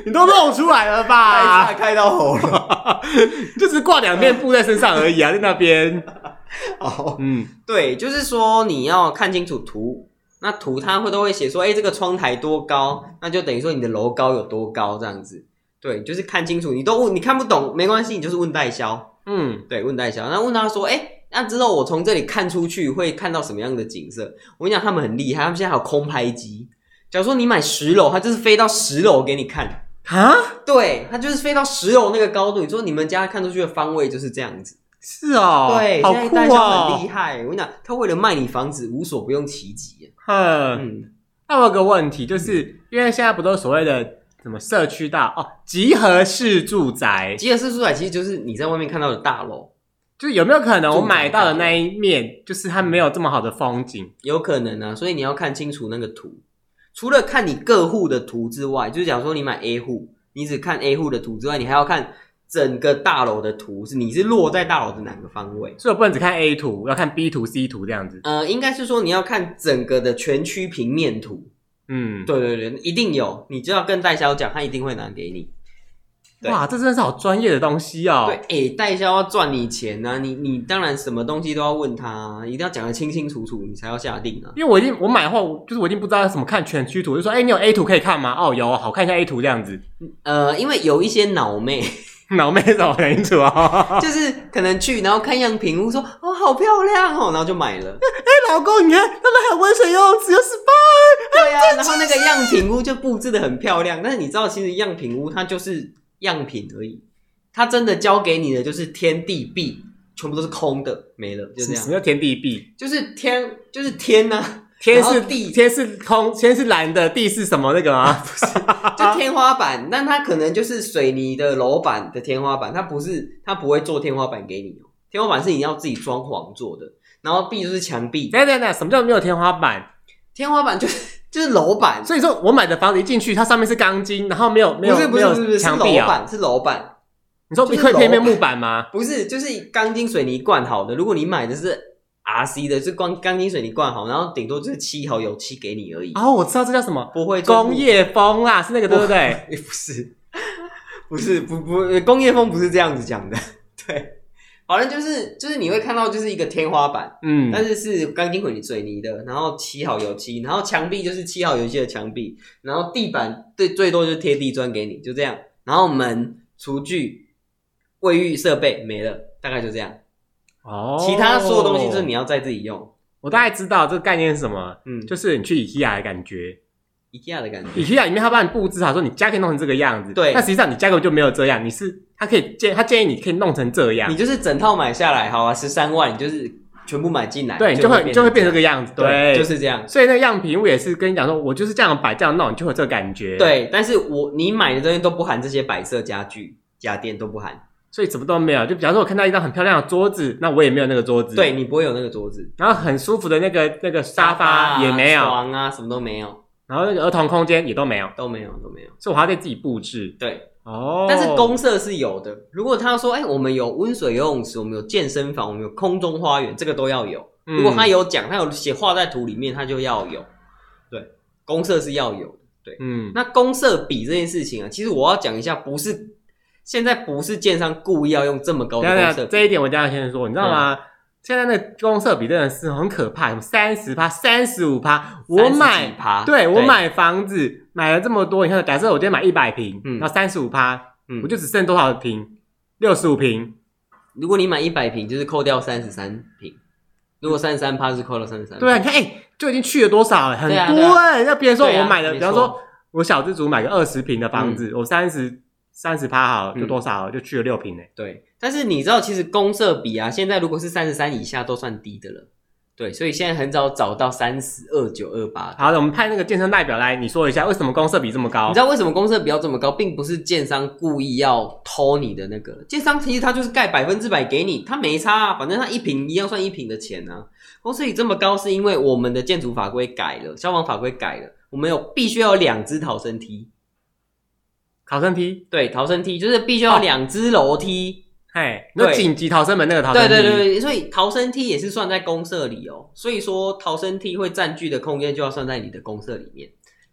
你都露出来了吧？ 开开到喉咙， 就只是挂两片布在身上而已啊，在那边。 哦，嗯，对，就是说你要看清楚图，那图它会都会写说，哎、欸，这个窗台多高，那就等于说你的楼高有多高这样子。对，就是看清楚，你都问你看不懂没关系，你就是问代销。嗯，对，问代销，那问他说，哎、欸，那之后我从这里看出去会看到什么样的景色？我跟你讲，他们很厉害，他们现在还有空拍机。假如说你买十楼，他就是飞到十楼给你看啊？ 对，他就是飞到十楼那个高度。你说你们家看出去的方位就是这样子。 是哦， 对， 好酷哦， 现在代销很厉害。我跟你讲，他为了卖你房子，无所不用其极。 嗯，那我有个问题，就是因为现在不都所谓的什么社区大哦，集合式住宅， 集合式住宅其实就是你在外面看到的大楼。 就是有没有可能我买到的那一面，就是它没有这么好的风景？ 有可能啊，所以你要看清楚那个图。除了看你各户的图之外，就是假如说你买 A 户，你只看 A 户的图之外，你还要看整个大楼的图，是你是落在大楼的哪个方位？ 所以我不能只看 A 图，要看 B 图、C 图这样子。 呃，应该是说你要看整个的全区平面图。嗯，对对对，一定有，你就要跟代销讲，他一定会拿给你。 哇，这真的是好专业的东西哦！ 对，哎、欸，代销要赚你钱啊，你你当然什么东西都要问他、啊，一定要讲得清清楚楚，你才要下定啊。 因为我已经我买后，就是我已经不知道怎么看全区图，就说，哎、欸，你有 A 图可以看吗？哦，有，好，看一下 A 图这样子。 呃，因为有一些脑妹。 脑妹怎么很清楚啊？ 就是可能去，然后看样品屋，说哦好漂亮哦，然后就买了。 哎、欸，老公，你看他们还有温水游泳池，有 S P A。 对啊，然后那个样品屋就布置得很漂亮，但是你知道，其实样品屋它就是样品而已，它真的交给你的就是天地壁，全部都是空的，没了，就这样。 什么叫天地壁？ 就是天，就是天啊。 天是地，天是空，天是蓝的，地是什么那个啊？ 不是，就天花板，但它可能就是水泥的楼板的天花板，它不是，它不会做天花板给你哦。天花板是你要自己装潢做的，然后壁就是墙壁。 等等等，什么叫没有天花板？ 天花板就是就是楼板。 所以说我买的房子一进去，它上面是钢筋，然后没有没有不是不是不是不是墙壁啊， 是楼板。 你说你可以配面木板吗？ 不是，就是钢筋水泥灌好的。如果你买的是R C 的，是光钢筋水泥灌好，然后顶多就是漆好油漆给你而已。 哦，我知道这叫什么， 不会工业风啦，是那个对不对？ 不是，不是，不不，工业风不是这样子讲的。对，反正就是就是你会看到就是一个天花板，嗯，但是是钢筋水泥的，然后漆好油漆，然后墙壁就是漆好油漆的墙壁，然后地板对最多就是贴地砖给你，就这样，然后门、厨具、卫浴设备没了，大概就这样。哦，其他所有东西就是你要再自己用。 我大概知道这个概念是什么，嗯，就是你去 IKEA 的感觉 ，IKEA 的感觉 ，IKEA 里面他帮你布置好，说你家可以弄成这个样子， 对， 但实际上你家根本就没有这样，你是他可以建，他建议你可以弄成这样， 你就是整套买下来，好啊，十三万，你就是全部买进来， 对，就会就会变成这个样子，对， 就是这样。 所以那个样品我也是跟你讲说，我就是这样摆这样弄，你就会有这个感觉， 对，但是我你买的东西都不含这些摆设家具、家电都不含。 所以什么都没有，就比方说我看到一张很漂亮的桌子，那我也没有那个桌子， 对，你不会有那个桌子， 然后很舒服的那个那个沙发也没有， 床啊什么都没有， 然后那个儿童空间也都没有， 都没有都没有， 所以我还要得自己布置。 对，哦，但是公设是有的。如果他说，哎、欸，我们有温水游泳池，我们有健身房，我们有空中花园，这个都要有。如果他有讲，他有写画在图里面，他就要有。对，公设是要有的。对，嗯，那公设比这件事情啊，其实我要讲一下，不是。现在不是建商故意要用这么高的公设比， 这一点我等一下先说，你知道吗？嗯、现在那个公设比真的是很可怕，什么三十趴、三十五趴，我买，对我买房子买了这么多，你看，假设我今天买一百坪，嗯，然后三十五趴，嗯，我就只剩多少坪？六十五坪。 如果你买一百坪，就是扣掉三十三坪。如果三十三趴是扣掉三十三。 对啊，你看，哎、欸，就已经去了多少了？很多哎、欸。那、啊、别人说我买的，比方说我小资族买个二十坪的房子，嗯、我三十。三十趴好了，就多少了、嗯？就去了六坪诶。 对，但是你知道，其实公设比啊，现在如果是三十三以下都算低的了。对，所以现在很早找到三十二九二八。 好的，我们派那个建商代表来，你说一下为什么公设比这么高？ 你知道为什么公设比要这么高，并不是建商故意要偷你的那个，建商其实他就是盖百分之百给你，他没差啊，反正他一坪一样算一坪的钱啊。公设比这么高，是因为我们的建筑法规改了，消防法规改了，我们有必须要有两只逃生梯。 逃生梯， 对，逃生梯就是必须要两只楼梯， 嘿、哦，那紧急逃生门那个逃生梯， 对对对，所以逃生梯也是算在公设里哦。所以说逃生梯会占据的空间就要算在你的公设里面。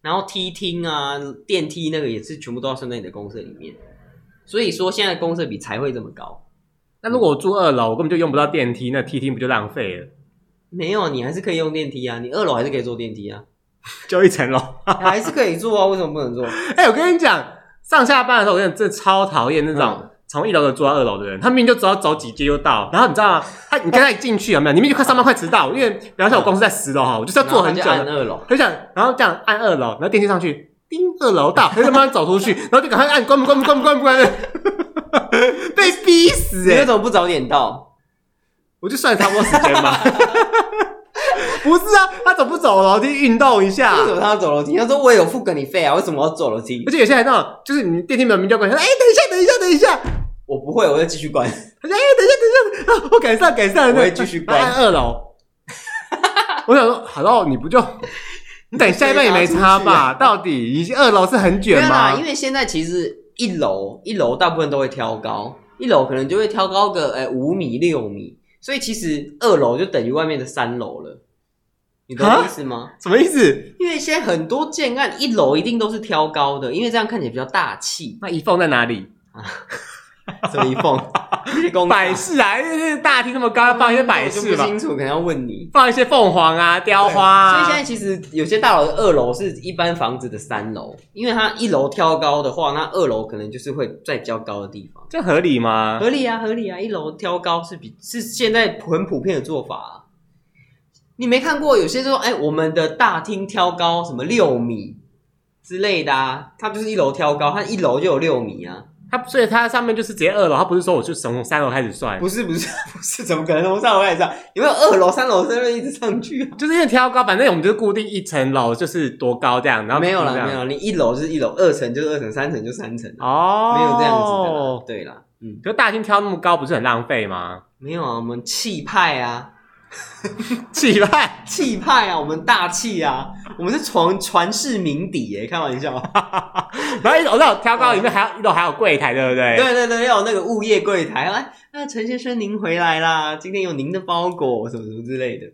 然后梯厅啊、电梯那个也是全部都要算在你的公设里面。所以说现在公设比才会这么高。 那如果我住二楼，我根本就用不到电梯，那梯厅不就浪费了？ 没有，你还是可以用电梯啊，你二楼还是可以坐电梯啊， 就一层楼还是可以坐啊，为什么不能坐？ 哎、欸，我跟你讲，上下班的时候，我真的超讨厌那种从、嗯、一楼的坐到二楼的人，他明明就只要走几阶就到，然后你知道吗？他你刚才一进去有没有？你明明就快上班快迟到，因为比方说我公司在十楼哈，我就是要坐很久， 按二楼， 就这样，然后这样按二楼，然后电梯上去，叮，二楼到，他就慢慢走出去，然后就赶快按关门关门关门关门关门，被逼死哎、欸！ 你为什么不早点到？ 我就算差不多时间嘛。不是啊，他怎么不走楼梯运动一下？ 为什么他要走楼梯？他说我也有付给你费啊，为什么要走楼梯？ 而且有些人那种，就是你电梯门就关，他说：“哎、欸，等一下，等一下，等一下。” 我不会，我会继续关。 他说：“哎、欸，等一下，等一下，我赶上，赶上。” 我会继续关。 按二楼。我想说，好了，你不就你等下一班也没差吧？到底你二楼是很卷吗？ 因为现在其实一楼一楼大部分都会挑高，一楼可能就会挑高个哎五米六米，所以其实二楼就等于外面的三楼了。你懂我意思吗？ 什么意思？ 因为现在很多建案一楼一定都是挑高的，因为这样看起来比较大气。 那一缝在哪里？ 什么一缝？ 摆饰啊，因为大厅那么高，要放一些摆饰吧。 不清楚，可能要问你。 放一些凤凰啊、雕花啊。 所以现在其实有些大楼的二楼是一般房子的三楼，因为它一楼挑高的话，那二楼可能就是会在较高的地方。 这合理吗？ 合理啊，合理啊！一楼挑高是比是现在很普遍的做法啊。你没看过有些说，哎、欸，我们的大厅挑高什么六米之类的啊？它就是一楼挑高，它一楼就有六米啊。 它所以它上面就是直接二楼，它不是说我就从三楼开始算。 不是不是不是，怎么可能从三楼开始算？有没有二楼、三楼、三楼一直上去、啊？ 就是因为挑高，反正我们就是固定一层楼就是多高这样，然后没有啦没有，你一楼就是一楼，二层就是二层，三层就三层哦，没有这样子的啦。对啦，嗯， 可是大厅挑那么高，不是很浪费吗？ 没有啊，我们气派啊。 气派气派啊，我们大气啊，我们是传传世名邸耶，开玩笑。 然后一楼那挑高里面还有一楼还有柜台，对不对？ 对对对，要有那个物业柜台。哎，那陈先生您回来啦，今天有您的包裹，什么什么之类的。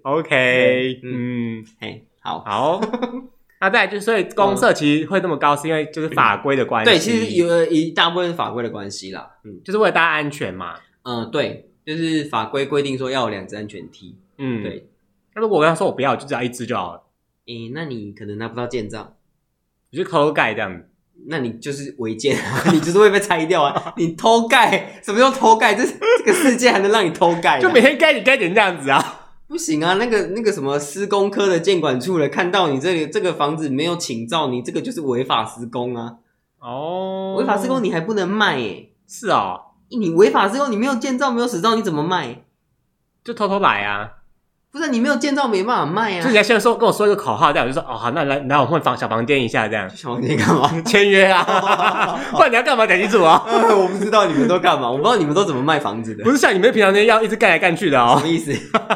OK， 嗯， 嘿，好好。那再来就是，所以公设其实会这么高，是因为就是法规的关系。 对，其实有一大部分是法规的关系啦。 嗯，就是为了大家安全嘛。 嗯，对，就是法规规定说要有两只安全梯。 嗯， 对。 那如果我跟他说我不要，就只要一只就好了。 诶，那你可能拿不到建造， 你就偷盖这样子。 那你就是违建啊，你就是会被拆掉啊！你偷盖，什么叫偷盖？这这个世界还能让你偷盖、啊？ 就每天盖你盖成这样子啊？ 不行啊！那个那个什么施工科的建管处的，看到你这里这个房子没有请照，你这个就是违法施工啊！哦，违法施工你还不能卖耶？ 是哦， 你违法施工，你没有建照，没有使照，你怎么卖？ 就偷偷来啊！ 不是你没有建造没办法卖啊！ 就你先说跟我说一个口号，这样我就说哦好，那来来我们房小房间一下，这样小房间干嘛？ 签约啊！不然你要干嘛？讲清楚啊！ 我不知道你们都干嘛，我不知道你们都怎么卖房子的。 不是像你们平常间要一直干来干去的哦。 什么意思？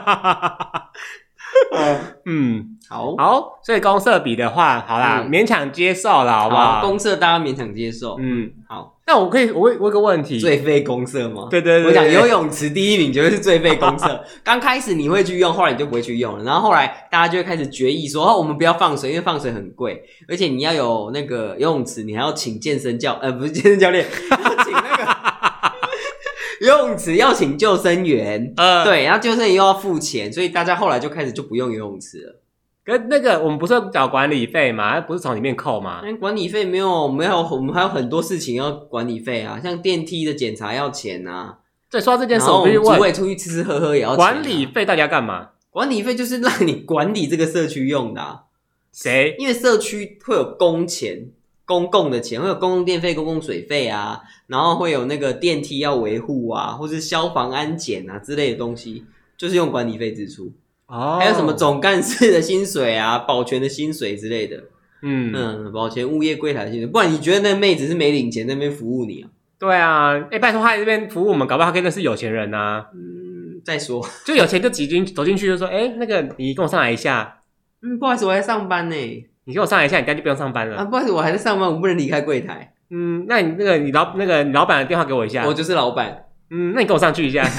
嗯， 好好，所以公设比的话，好啦，嗯、勉强接受了，好不好？ 好公设大家勉强接受。 嗯， 好。 那我可以，我我有个问题， 最费公设吗？ 对对 对, 对， 我讲游泳池第一名绝对是最费公设。刚开始你会去用，后来你就不会去用了。然后后来大家就会开始决议说，哦，我们不要放水，因为放水很贵，而且你要有那个游泳池，你还要请健身教，呃，不是健身教练，要请那个游泳池要请救生员，呃，对，然后救生员又要付钱，所以大家后来就开始就不用游泳池了。 可是那个我们不是要缴管理费吗？不是从里面扣吗？ 管理费没有，没有，我们还有很多事情要管理费啊，像电梯的检查要钱啊。 对，说到这件事，我必须问， 主委出去吃吃喝喝也要钱、啊。 管理费到底要干嘛？ 管理费就是让你管理这个社区用的、啊。 谁？ 因为社区会有公钱、公共的钱，会有公共电费、公共水费啊，然后会有那个电梯要维护啊，或是消防安检啊之类的东西，就是用管理费支出。哦，还有什么总干事的薪水啊，保全的薪水之类的，嗯嗯，保全物业柜台的薪水，不然你觉得那妹子是没领钱在那边服务你啊？ 对啊，哎、欸，拜托他在这边服务我们，搞不好他真的是有钱人啊。 嗯，再说， 就有钱就挤进走进去就说，哎、欸，那个你跟我上来一下。 嗯，不好意思，我在上班呢。 你跟我上来一下，你干脆不用上班了。 啊，不好意思，我还在上班，我不能离开柜台。 嗯，那你那个你老那个你老板的电话给我一下。 我就是老板。 嗯，那你跟我上去一下。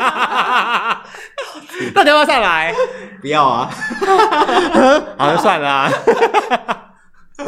那你要不要上来？ 不要啊。 好，就算了啊。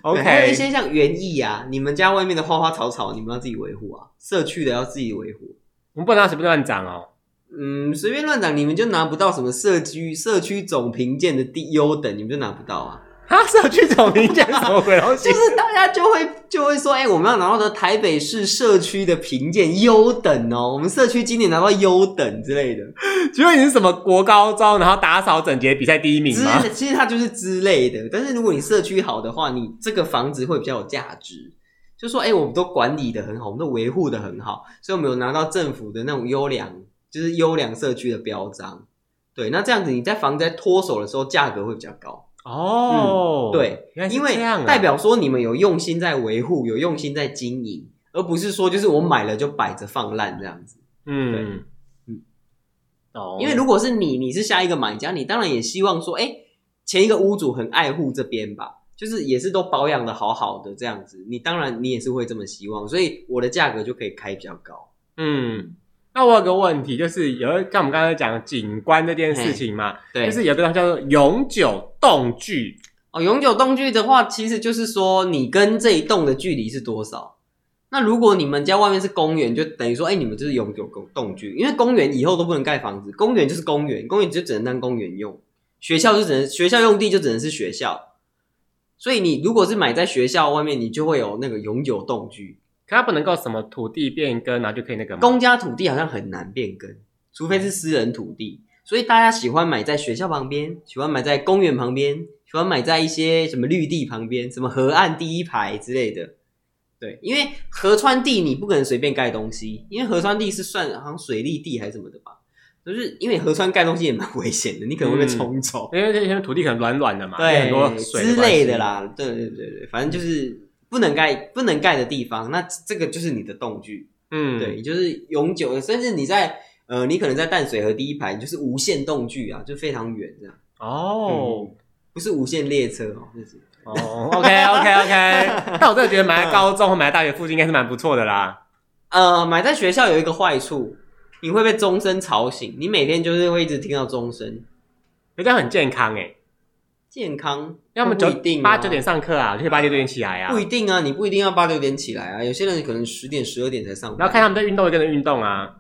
OK， 还有一些像园艺啊，你们家外面的花花草草，你们要自己维护啊，社区的要自己维护。 我们不能让随便乱长哦。 嗯，随便乱长，你们就拿不到什么社区社区总评鉴的第优等，你们就拿不到啊。 哈，社区总评鉴什么鬼东西？ 就是大家就会就会说，哎、欸，我们要拿到的台北市社区的评鉴优等哦，我们社区今年拿到优等之类的。 请问你是什么国高中，然后打扫整洁比赛第一名吗？ 其实它就是之类的，但是如果你社区好的话，你这个房子会比较有价值。就说，哎、欸，我们都管理的很好，我们都维护的很好，所以我们有拿到政府的那种优良，就是优良社区的标章。对，那这样子你在房子在脱手的时候，价格会比较高。 哦、 嗯，对， 原来是因为这样啊， 代表说你们有用心在维护，有用心在经营，而不是说就是我买了就摆着放烂这样子。 嗯， 对， 嗯，哦， 因为如果是你，你是下一个买家，你当然也希望说，哎、欸，前一个屋主很爱护这边吧，就是也是都保养的好好的这样子，你当然你也是会这么希望，所以我的价格就可以开比较高。 嗯。那我有个问题，就是有像我们刚才讲景观这件事情嘛， 对， 就是有个东西叫做永久动距。 哦，永久动距的话，其实就是说你跟这一栋的距离是多少。那如果你们家外面是公园，就等于说，哎、欸，你们就是永久动距，因为公园以后都不能盖房子，公园就是公园，公园就只能当公园用，学校就只能学校用地就只能是学校。所以你如果是买在学校外面，你就会有那个永久动距。 可它不能够什么土地变更，然后就可以那个吗？ 公家土地好像很难变更，除非是私人土地。所以大家喜欢买在学校旁边，喜欢买在公园旁边，喜欢买在一些什么绿地旁边，什么河岸第一排之类的。对，因为河川地你不可能随便盖东西，因为河川地是算好像水利地还是什么的吧。就是因为河川盖东西也蛮危险的，你可能会被冲走。 嗯、因为这些土地可能软软的嘛， 对， 很多水之类的啦。对对对对，反正就是不能盖不能盖的地方，那这个就是你的动距。嗯，对，就是永久的，甚至你在呃，你可能在淡水河第一排，就是无限动距啊，就非常远这样。 哦、 嗯，不是无限列车哦，就是。 哦 ，OK OK OK， 但我真的觉得买在高中或买在大学附近应该是蛮不错的啦。 呃，买在学校有一个坏处，你会被钟声吵醒，你每天就是会一直听到钟声， 这样很健康诶。 健康， 要么九点八九点上课啊，就可以八九点起来啊。 不一定啊，你不一定要八九点起来啊，有些人可能十点十二点才上班。 然后看他们在运动，就跟着运动啊。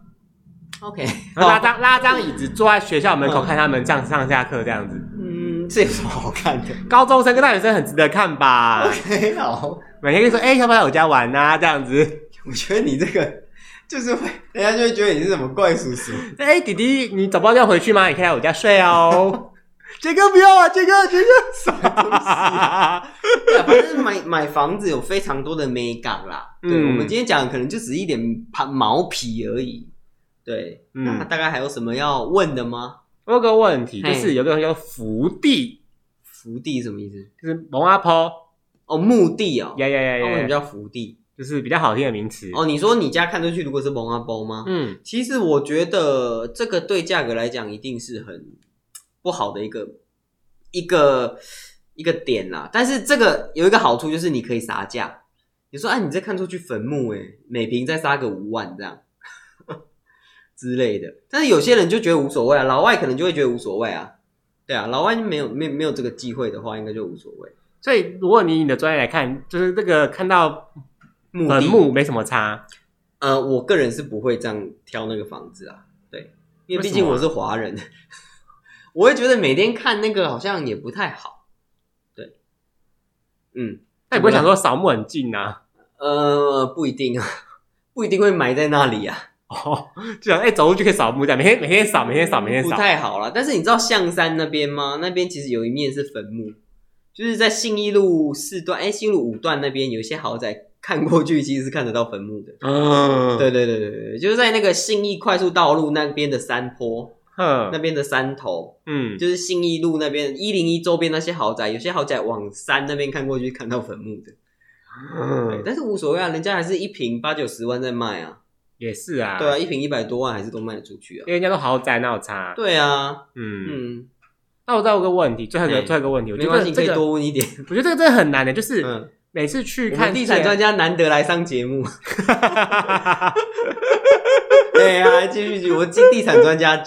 OK， 然后拉张拉张椅子坐在学校门口看他们这样上下课这样子。 嗯，这有什么好看的？ 高中生跟大学生很值得看吧 ？OK， 好， 每天跟你说，哎、欸，要不要来我家玩啊？这样子。 我觉得你这个就是会，人家就会觉得你是什么怪叔叔。 哎、欸，弟弟，你早不知道要回去吗？你可以来我家睡哦。杰哥不要啊，杰哥，杰哥， 什么东西啊？对啊，反正买买房子有非常多的美感啦。对、嗯，我们今天讲的可能就只是一点毛皮而已。对，嗯、那大概还有什么要问的吗？ 我有个问题，就是有个东西叫福地。 福地什么意思？ 就是蒙阿坡哦，墓地哦。 呀呀呀呀！ 为什么叫福地？ 就是比较好听的名词哦。你说你家看出去如果是蒙阿坡吗？嗯，其实我觉得这个对价格来讲一定是很不好的一个一个一个点啦。但是这个有一个好处就是你可以杀价。你说啊，你这看出去坟墓诶，每坪再杀个五万这样之类的。但是有些人就觉得无所谓啊，老外可能就会觉得无所谓啊。对啊，老外没有没有没有这个忌讳的话，应该就无所谓。 所以如果你以你的专业来看，就是这个看到坟墓没什么差。 呃，我个人是不会这样挑那个房子啊，对，因为毕竟我是华人，我会觉得每天看那个好像也不太好。对，嗯， 那你不会想说扫墓很近啊？ 呃，不一定啊，不一定会埋在那里啊。 哦，就想哎、欸，走路就可以扫墓，这样每天每天扫，每天扫，每天扫， 不太好啦。但是你知道象山那边吗？那边其实有一面是坟墓，就是在信义路四段，哎、欸，信义路五段那边有一些豪宅，看过去其实是看得到坟墓的。嗯，对对对对对，就是在那个信义快速道路那边的山坡，那边的山头，嗯，就是信义路那边一零一周边那些豪宅，有些豪宅往山那边看过去看到坟墓的。嗯，对，但是无所谓啊，人家还是一坪八九十万在卖啊。 也是啊， 对啊，一坪一百多万还是都卖得出去啊， 因为人家都豪宅，哪有差？ 对啊， 嗯嗯。那我再有个问题，最后一个最后一个问题，我觉得、 没关系，可以多问一点。 我觉得这个真的很难的，就是每次去看地产专家难得来上节目， 对啊，继续继续，我地地产专家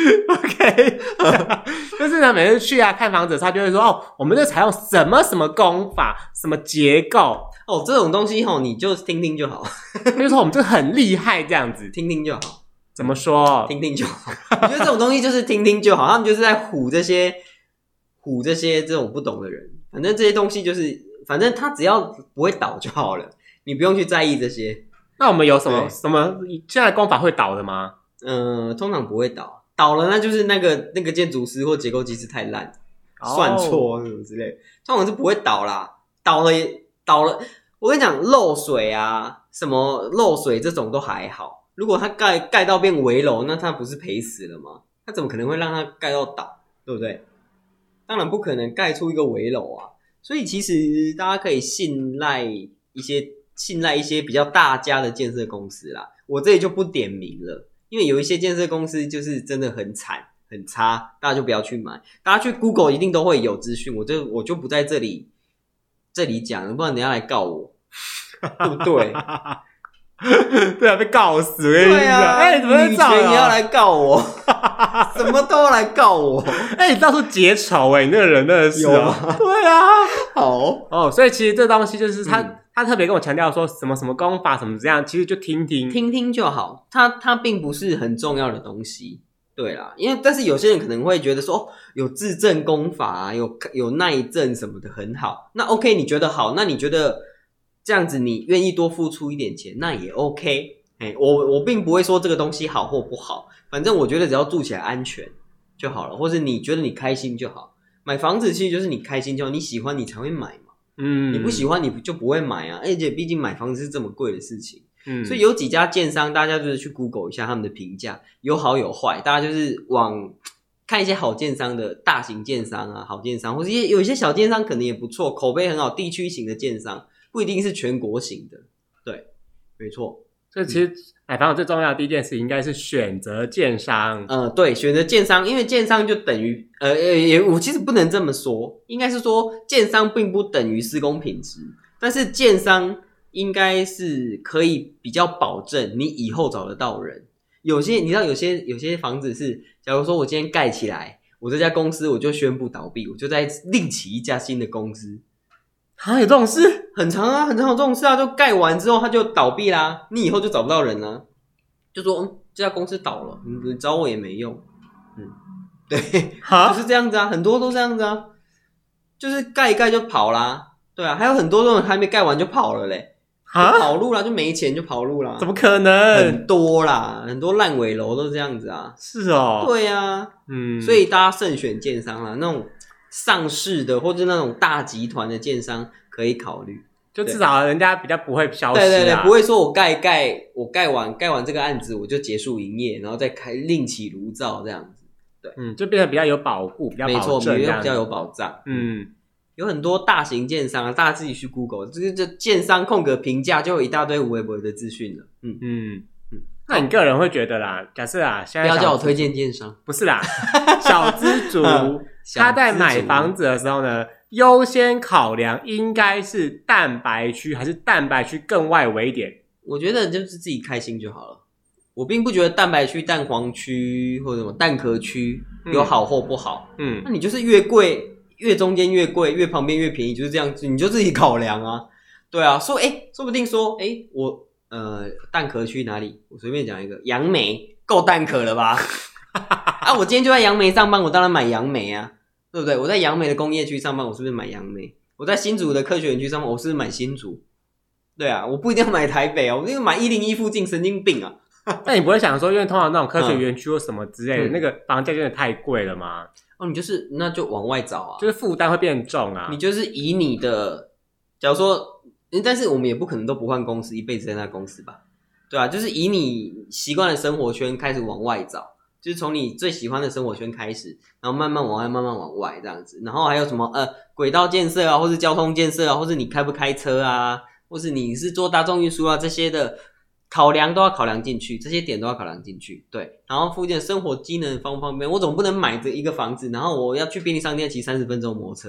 J。OK， 就是呢，每次去啊看房子，他就会说哦，我们这采用什么什么工法，什么结构哦，这种东西吼，你就听听就好。 他就说我们这很厉害，这样子听听就好。 怎么说？ 听听就好。我觉得这种东西就是听听就好，他们就是在唬这些唬这些这种不懂的人。反正这些东西就是，反正他只要不会倒就好了，你不用去在意这些。 那我们有什么什么现在的工法会倒的吗？ 嗯、呃，通常不会倒，倒了那就是那个那个建筑师或结构技师太烂，哦、算错什么之类的，通常是不会倒啦。倒了也倒了，我跟你讲，漏水啊，什么漏水这种都还好。如果他盖盖到变危楼，那他不是赔死了吗？他怎么可能会让他盖到倒，对不对？当然不可能盖出一个危楼啊。所以其实大家可以信赖一些信赖一些比较大家的建设公司啦。我这里就不点名了，因为有一些建设公司就是真的很惨很差，大家就不要去买。大家去 Google 一定都会有资讯，我就我就不在这里这里讲，不然等一下来告我，对不对？ 对啊，被告死！ 对啊， 哎、欸，怎么会这样？ 女权也要来告我，什么都要来告我。 哎、欸，你到处结仇哎、欸，你那个人真的是、啊、对啊， 好哦，所以其实这东西就是他、嗯、他特别跟我强调说什么什么功法什么这样，其实就听听听听就好，它它并不是很重要的东西。对啦，因为但是有些人可能会觉得说，哦，有自证功法啊，有有耐震什么的很好。那 OK， 你觉得好？那你觉得？这样子你愿意多付出一点钱，那也 OK。欸、我我并不会说这个东西好或不好，反正我觉得只要住起来安全就好了，或是你觉得你开心就好。买房子其实就是你开心就好，你喜欢你才会买嘛。嗯，你不喜欢你就不会买啊。而且毕竟买房子是这么贵的事情，嗯，所以有几家建商，大家就是去 Google 一下他们的评价，有好有坏，大家就是往看一些好建商的大型建商啊，好建商，或是一些有一些小建商可能也不错，口碑很好，地区型的建商。不一定是全国型的，对，没错。 所以其实买房子最重要的第一件事应该是选择建商。 呃，对，选择建商，因为建商就等于呃也我其实不能这么说，应该是说建商并不等于施工品质，但是建商应该是可以比较保证你以后找得到人。有些你知道有些有些房子是，假如说我今天盖起来，我这家公司我就宣布倒闭，我就再另起一家新的公司。 啊，有这种事？ 很常啊，很常有这种事啊，就盖完之后他就倒闭啦，你以后就找不到人啦，就说、嗯、这家公司倒了，你找我也没用。嗯，对，就是这样子啊，很多都这样子啊，就是盖一盖就跑啦。对啊，还有很多这种还没盖完就跑了嘞，就跑路啦，就没钱就跑路啦。 怎么可能？ 很多啦，很多烂尾楼都这样子啊。 是哦。 对啊，嗯，所以大家慎选建商啦，那种上市的或者那种大集团的建商可以考虑， 就至少人家比较不会消失、啊、 对对对，不会说我盖盖我盖完盖完这个案子我就结束营业，然后再开另起炉灶这样子。对， 嗯，就变得比较有保护，比较保证， 没错，比较有保障。嗯，有很多大型建商啊，大家自己去 Google， 这个建商空格评价就有一大堆无微博的资讯了。嗯嗯嗯，那你个人会觉得啦，假设啊，现在不要叫我推荐建商， 不是啦，小资族。他在买房子的时候呢，优先考量应该是蛋白区还是蛋白区更外围一点？ 我觉得就是自己开心就好了。我并不觉得蛋白区、蛋黄区或者什么蛋壳区有好或不好。嗯，那你就是越贵越中间越贵，越旁边越便宜，就是这样子，你就自己考量啊。对啊，说哎，说不定说哎，我呃蛋壳区哪里？我随便讲一个，杨梅够蛋壳了吧？啊，我今天就在杨梅上班，我当然买杨梅啊。对不对？我在杨梅的工业区上班，我是不是买杨梅？我在新竹的科学园区上班，我是不是买新竹？对啊，我不一定要买台北啊，我一定买一零一附近，神经病啊！ 那你不会想说，因为通常那种科学园区或什么之类的，嗯、那个房价真的太贵了吗？ 哦，你就是那就往外找啊， 就是负担会变重啊。 你就是以你的，假如说，但是我们也不可能都不换公司，一辈子在那公司吧？对啊，就是以你习惯的生活圈开始往外找。就是从你最喜欢的生活圈开始，然后慢慢往外，慢慢往外这样子。然后还有什么呃轨道建设啊，或是交通建设啊，或是你开不开车啊，或是你是做大众运输啊，这些的考量都要考量进去，这些点都要考量进去。对，然后附近的生活机能方不方便？我总不能买着一个房子，然后我要去便利商店骑三十分钟摩托车吧？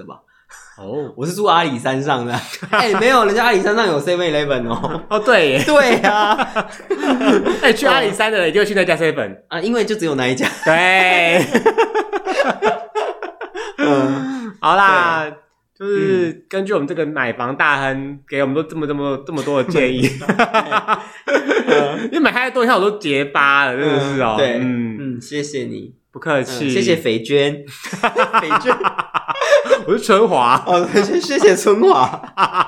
哦，我是住阿里山上的。哎、欸，没有，人家阿里山上有 seven eleven 哦。 哦，对耶， 对啊。 哎、欸，去阿里山的人就去那家 seven 啊，因为就只有那一家。 对。嗯，好啦。就是根据我们这个买房大亨给我们都这么这么这么多的建议，因为买太多，像我都结巴了，真的是哦。 对，嗯嗯，谢谢你， 不客气、 嗯，谢谢肥娟，肥娟， 我是春华， 哦，谢谢春华。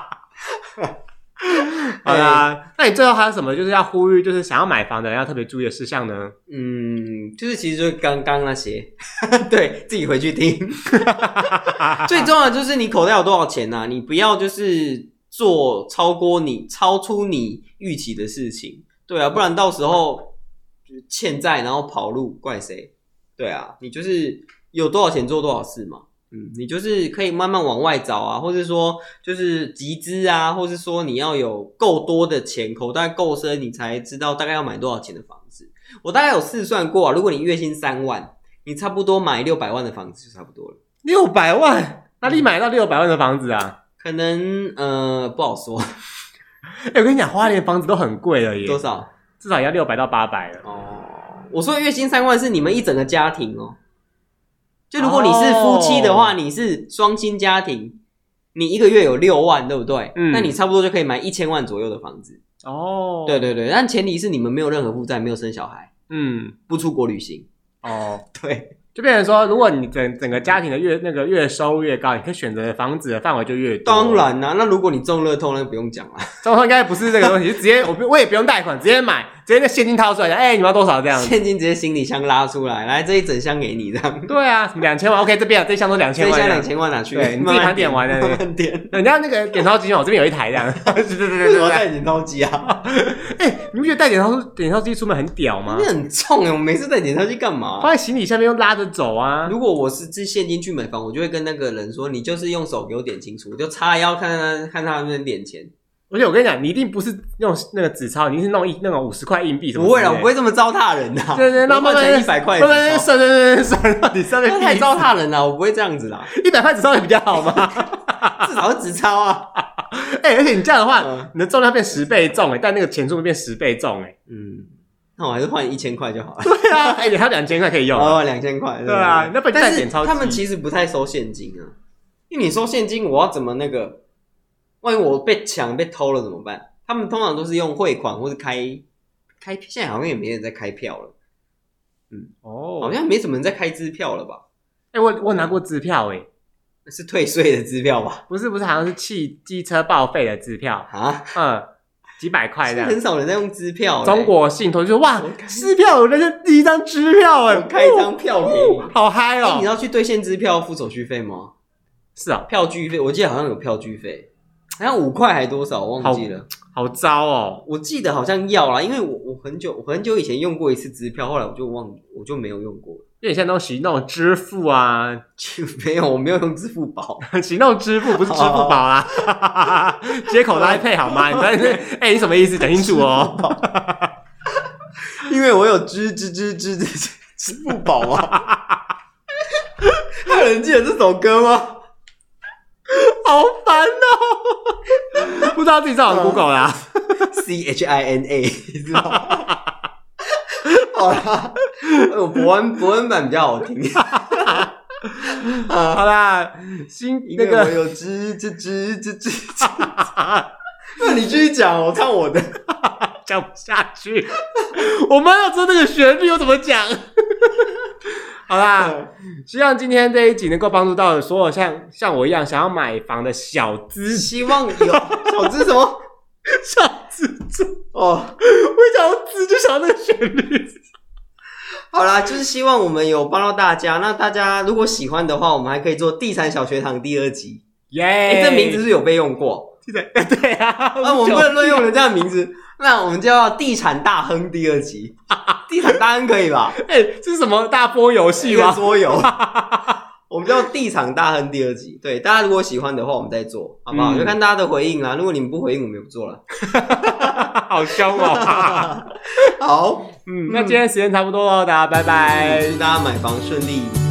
好啦，那你最后还有什么就是要呼吁，就是想要买房的人要特别注意的事项呢？ 嗯，就是其实就是刚刚那些，对自己回去听。最重要的就是你口袋有多少钱啊，你不要就是做超过你超出你预期的事情，对啊，不然到时候欠债然后跑路怪谁？对啊，你就是有多少钱做多少事嘛。嗯，你就是可以慢慢往外找啊，或是说就是集资啊，或是说你要有够多的钱，口袋够深，你才知道大概要买多少钱的房子。我大概有试算过啊，如果你月薪三万，你差不多买六百万的房子就差不多了。 六百万？哪里买到六百万的房子啊？ 可能呃不好说。 哎、欸，我跟你讲，花莲房子都很贵了耶。 多少？ 至少要六百到八百了。 哦，我说的月薪三万是你们一整个家庭哦。就如果你是夫妻的话， oh. 你是双薪家庭，你一个月有六万，对不对？嗯，那你差不多就可以买一千万左右的房子。哦， oh. 对对对，但前提是你们没有任何负债，没有生小孩，嗯，不出国旅行。哦， oh. 对。 就变成说，如果你整整个家庭的月那个月收入越高，你可以选择的房子的范围就越多。 当然啦、啊，那如果你中乐透，那就不用讲了。 中乐透应该不是这个东西，就直接我我也不用贷款，直接买，直接那现金掏出来，哎、欸，你们要多少这样子？ 现金直接行李箱拉出来，来这一整箱给你这样。 对啊，什么两千万 ，OK， 这边这一箱都两千万， 这一箱两千万拿去， 对，你自己盘点完了， 慢慢点。 人家那个点钞机，我这边有一台这样。对对对对， 我要带点钞机啊！ 哎、欸，你不觉得带点钞点钞机出门很屌吗？ 你很重哎，我每次带点钞机干嘛？ 放在行李下面又拉着走啊。 如果我是自现金去买房，我就会跟那个人说，你就是用手给我点清楚，我就叉腰看他看他那边点钱。 而且我跟你讲，你一定不是用那个纸钞，你一定是弄一那种五十块硬币什么。 不会啦，我不会这么糟蹋人的、啊。 对对，那慢慢一百块， 慢慢算算算算到底上面太糟蹋人了，我不会这样子啦。 一百块纸钞也比较好吗？ 至少是纸钞啊。 哎、欸，而且你这样的话，嗯、你的重量变十倍重哎、欸，但那个钱数会变十倍重哎、欸。 嗯。那我还是换一千块就好了。 对啊，哎、欸，你还有两千块可以用哦，两千块。 对啊，那不带点钞机。 他们其实不太收现金啊，因为你收现金，我要怎么那个？万一我被抢被偷了怎么办？他们通常都是用汇款或是开开，现在好像也没人在开票了。嗯，哦，好像没什么人在开支票了吧？ 哎、欸，我我拿过支票哎、欸， 那是退税的支票吧？ 不是不是，好像是汽机车报废的支票啊，嗯。几百块这样， 很少人在用支票。 中国信托就说哇，支票有那个第一张支票哎， 我开一张票给你， 好嗨哦！ 你要去兑现支票付手续费吗？ 是啊， 票据费，我记得好像有票据费，好像五块还多少，我忘记了。 好糟哦！ 我记得好像要啦，因为我我很久我很久以前用过一次支票，后来我就忘我就没有用过了。 因为你现在都洗那种支付啊， 没有，我没有用支付宝， 洗那种支付不是支付宝啦，接口来配好吗？你在哎、欸，你什么意思？讲清楚哦。 因为我有支支支支支支付宝啊。还有人记得这首歌吗？ 好烦哦！不知道自己上网 Google 啦、啊、 ，C H I N A， 知道吗？好啦，我伯恩伯恩版比较好听。 好啦，新那个我有吱吱吱吱吱吱。那你继续讲，我唱我的， 讲不下去。我们要知道那个旋律，我怎么讲？好啦，希望今天这一集能够帮助到所有像像我一样想要买房的小资， 希望有小资什么小资资哦，我想要资就想要那个旋律。 好啦，就是希望我们有帮到大家。那大家如果喜欢的话，我们还可以做地产小学堂第二集。耶、yeah 欸，这名字是有被用过。 对啊， 那我们不能乱用人家的名字，那我们叫地产大亨第二集。地产大亨可以吧？ 哎、欸，这是什么大波游戏吗？ 桌游。我们叫地产大亨第二集。对，大家如果喜欢的话，我们再做，好不好？嗯、就看大家的回应啦。如果你们不回应，我们也不做了。 好凶哦！ 好， 嗯，那今天时间差不多了，大家拜拜， 祝大家买房顺利。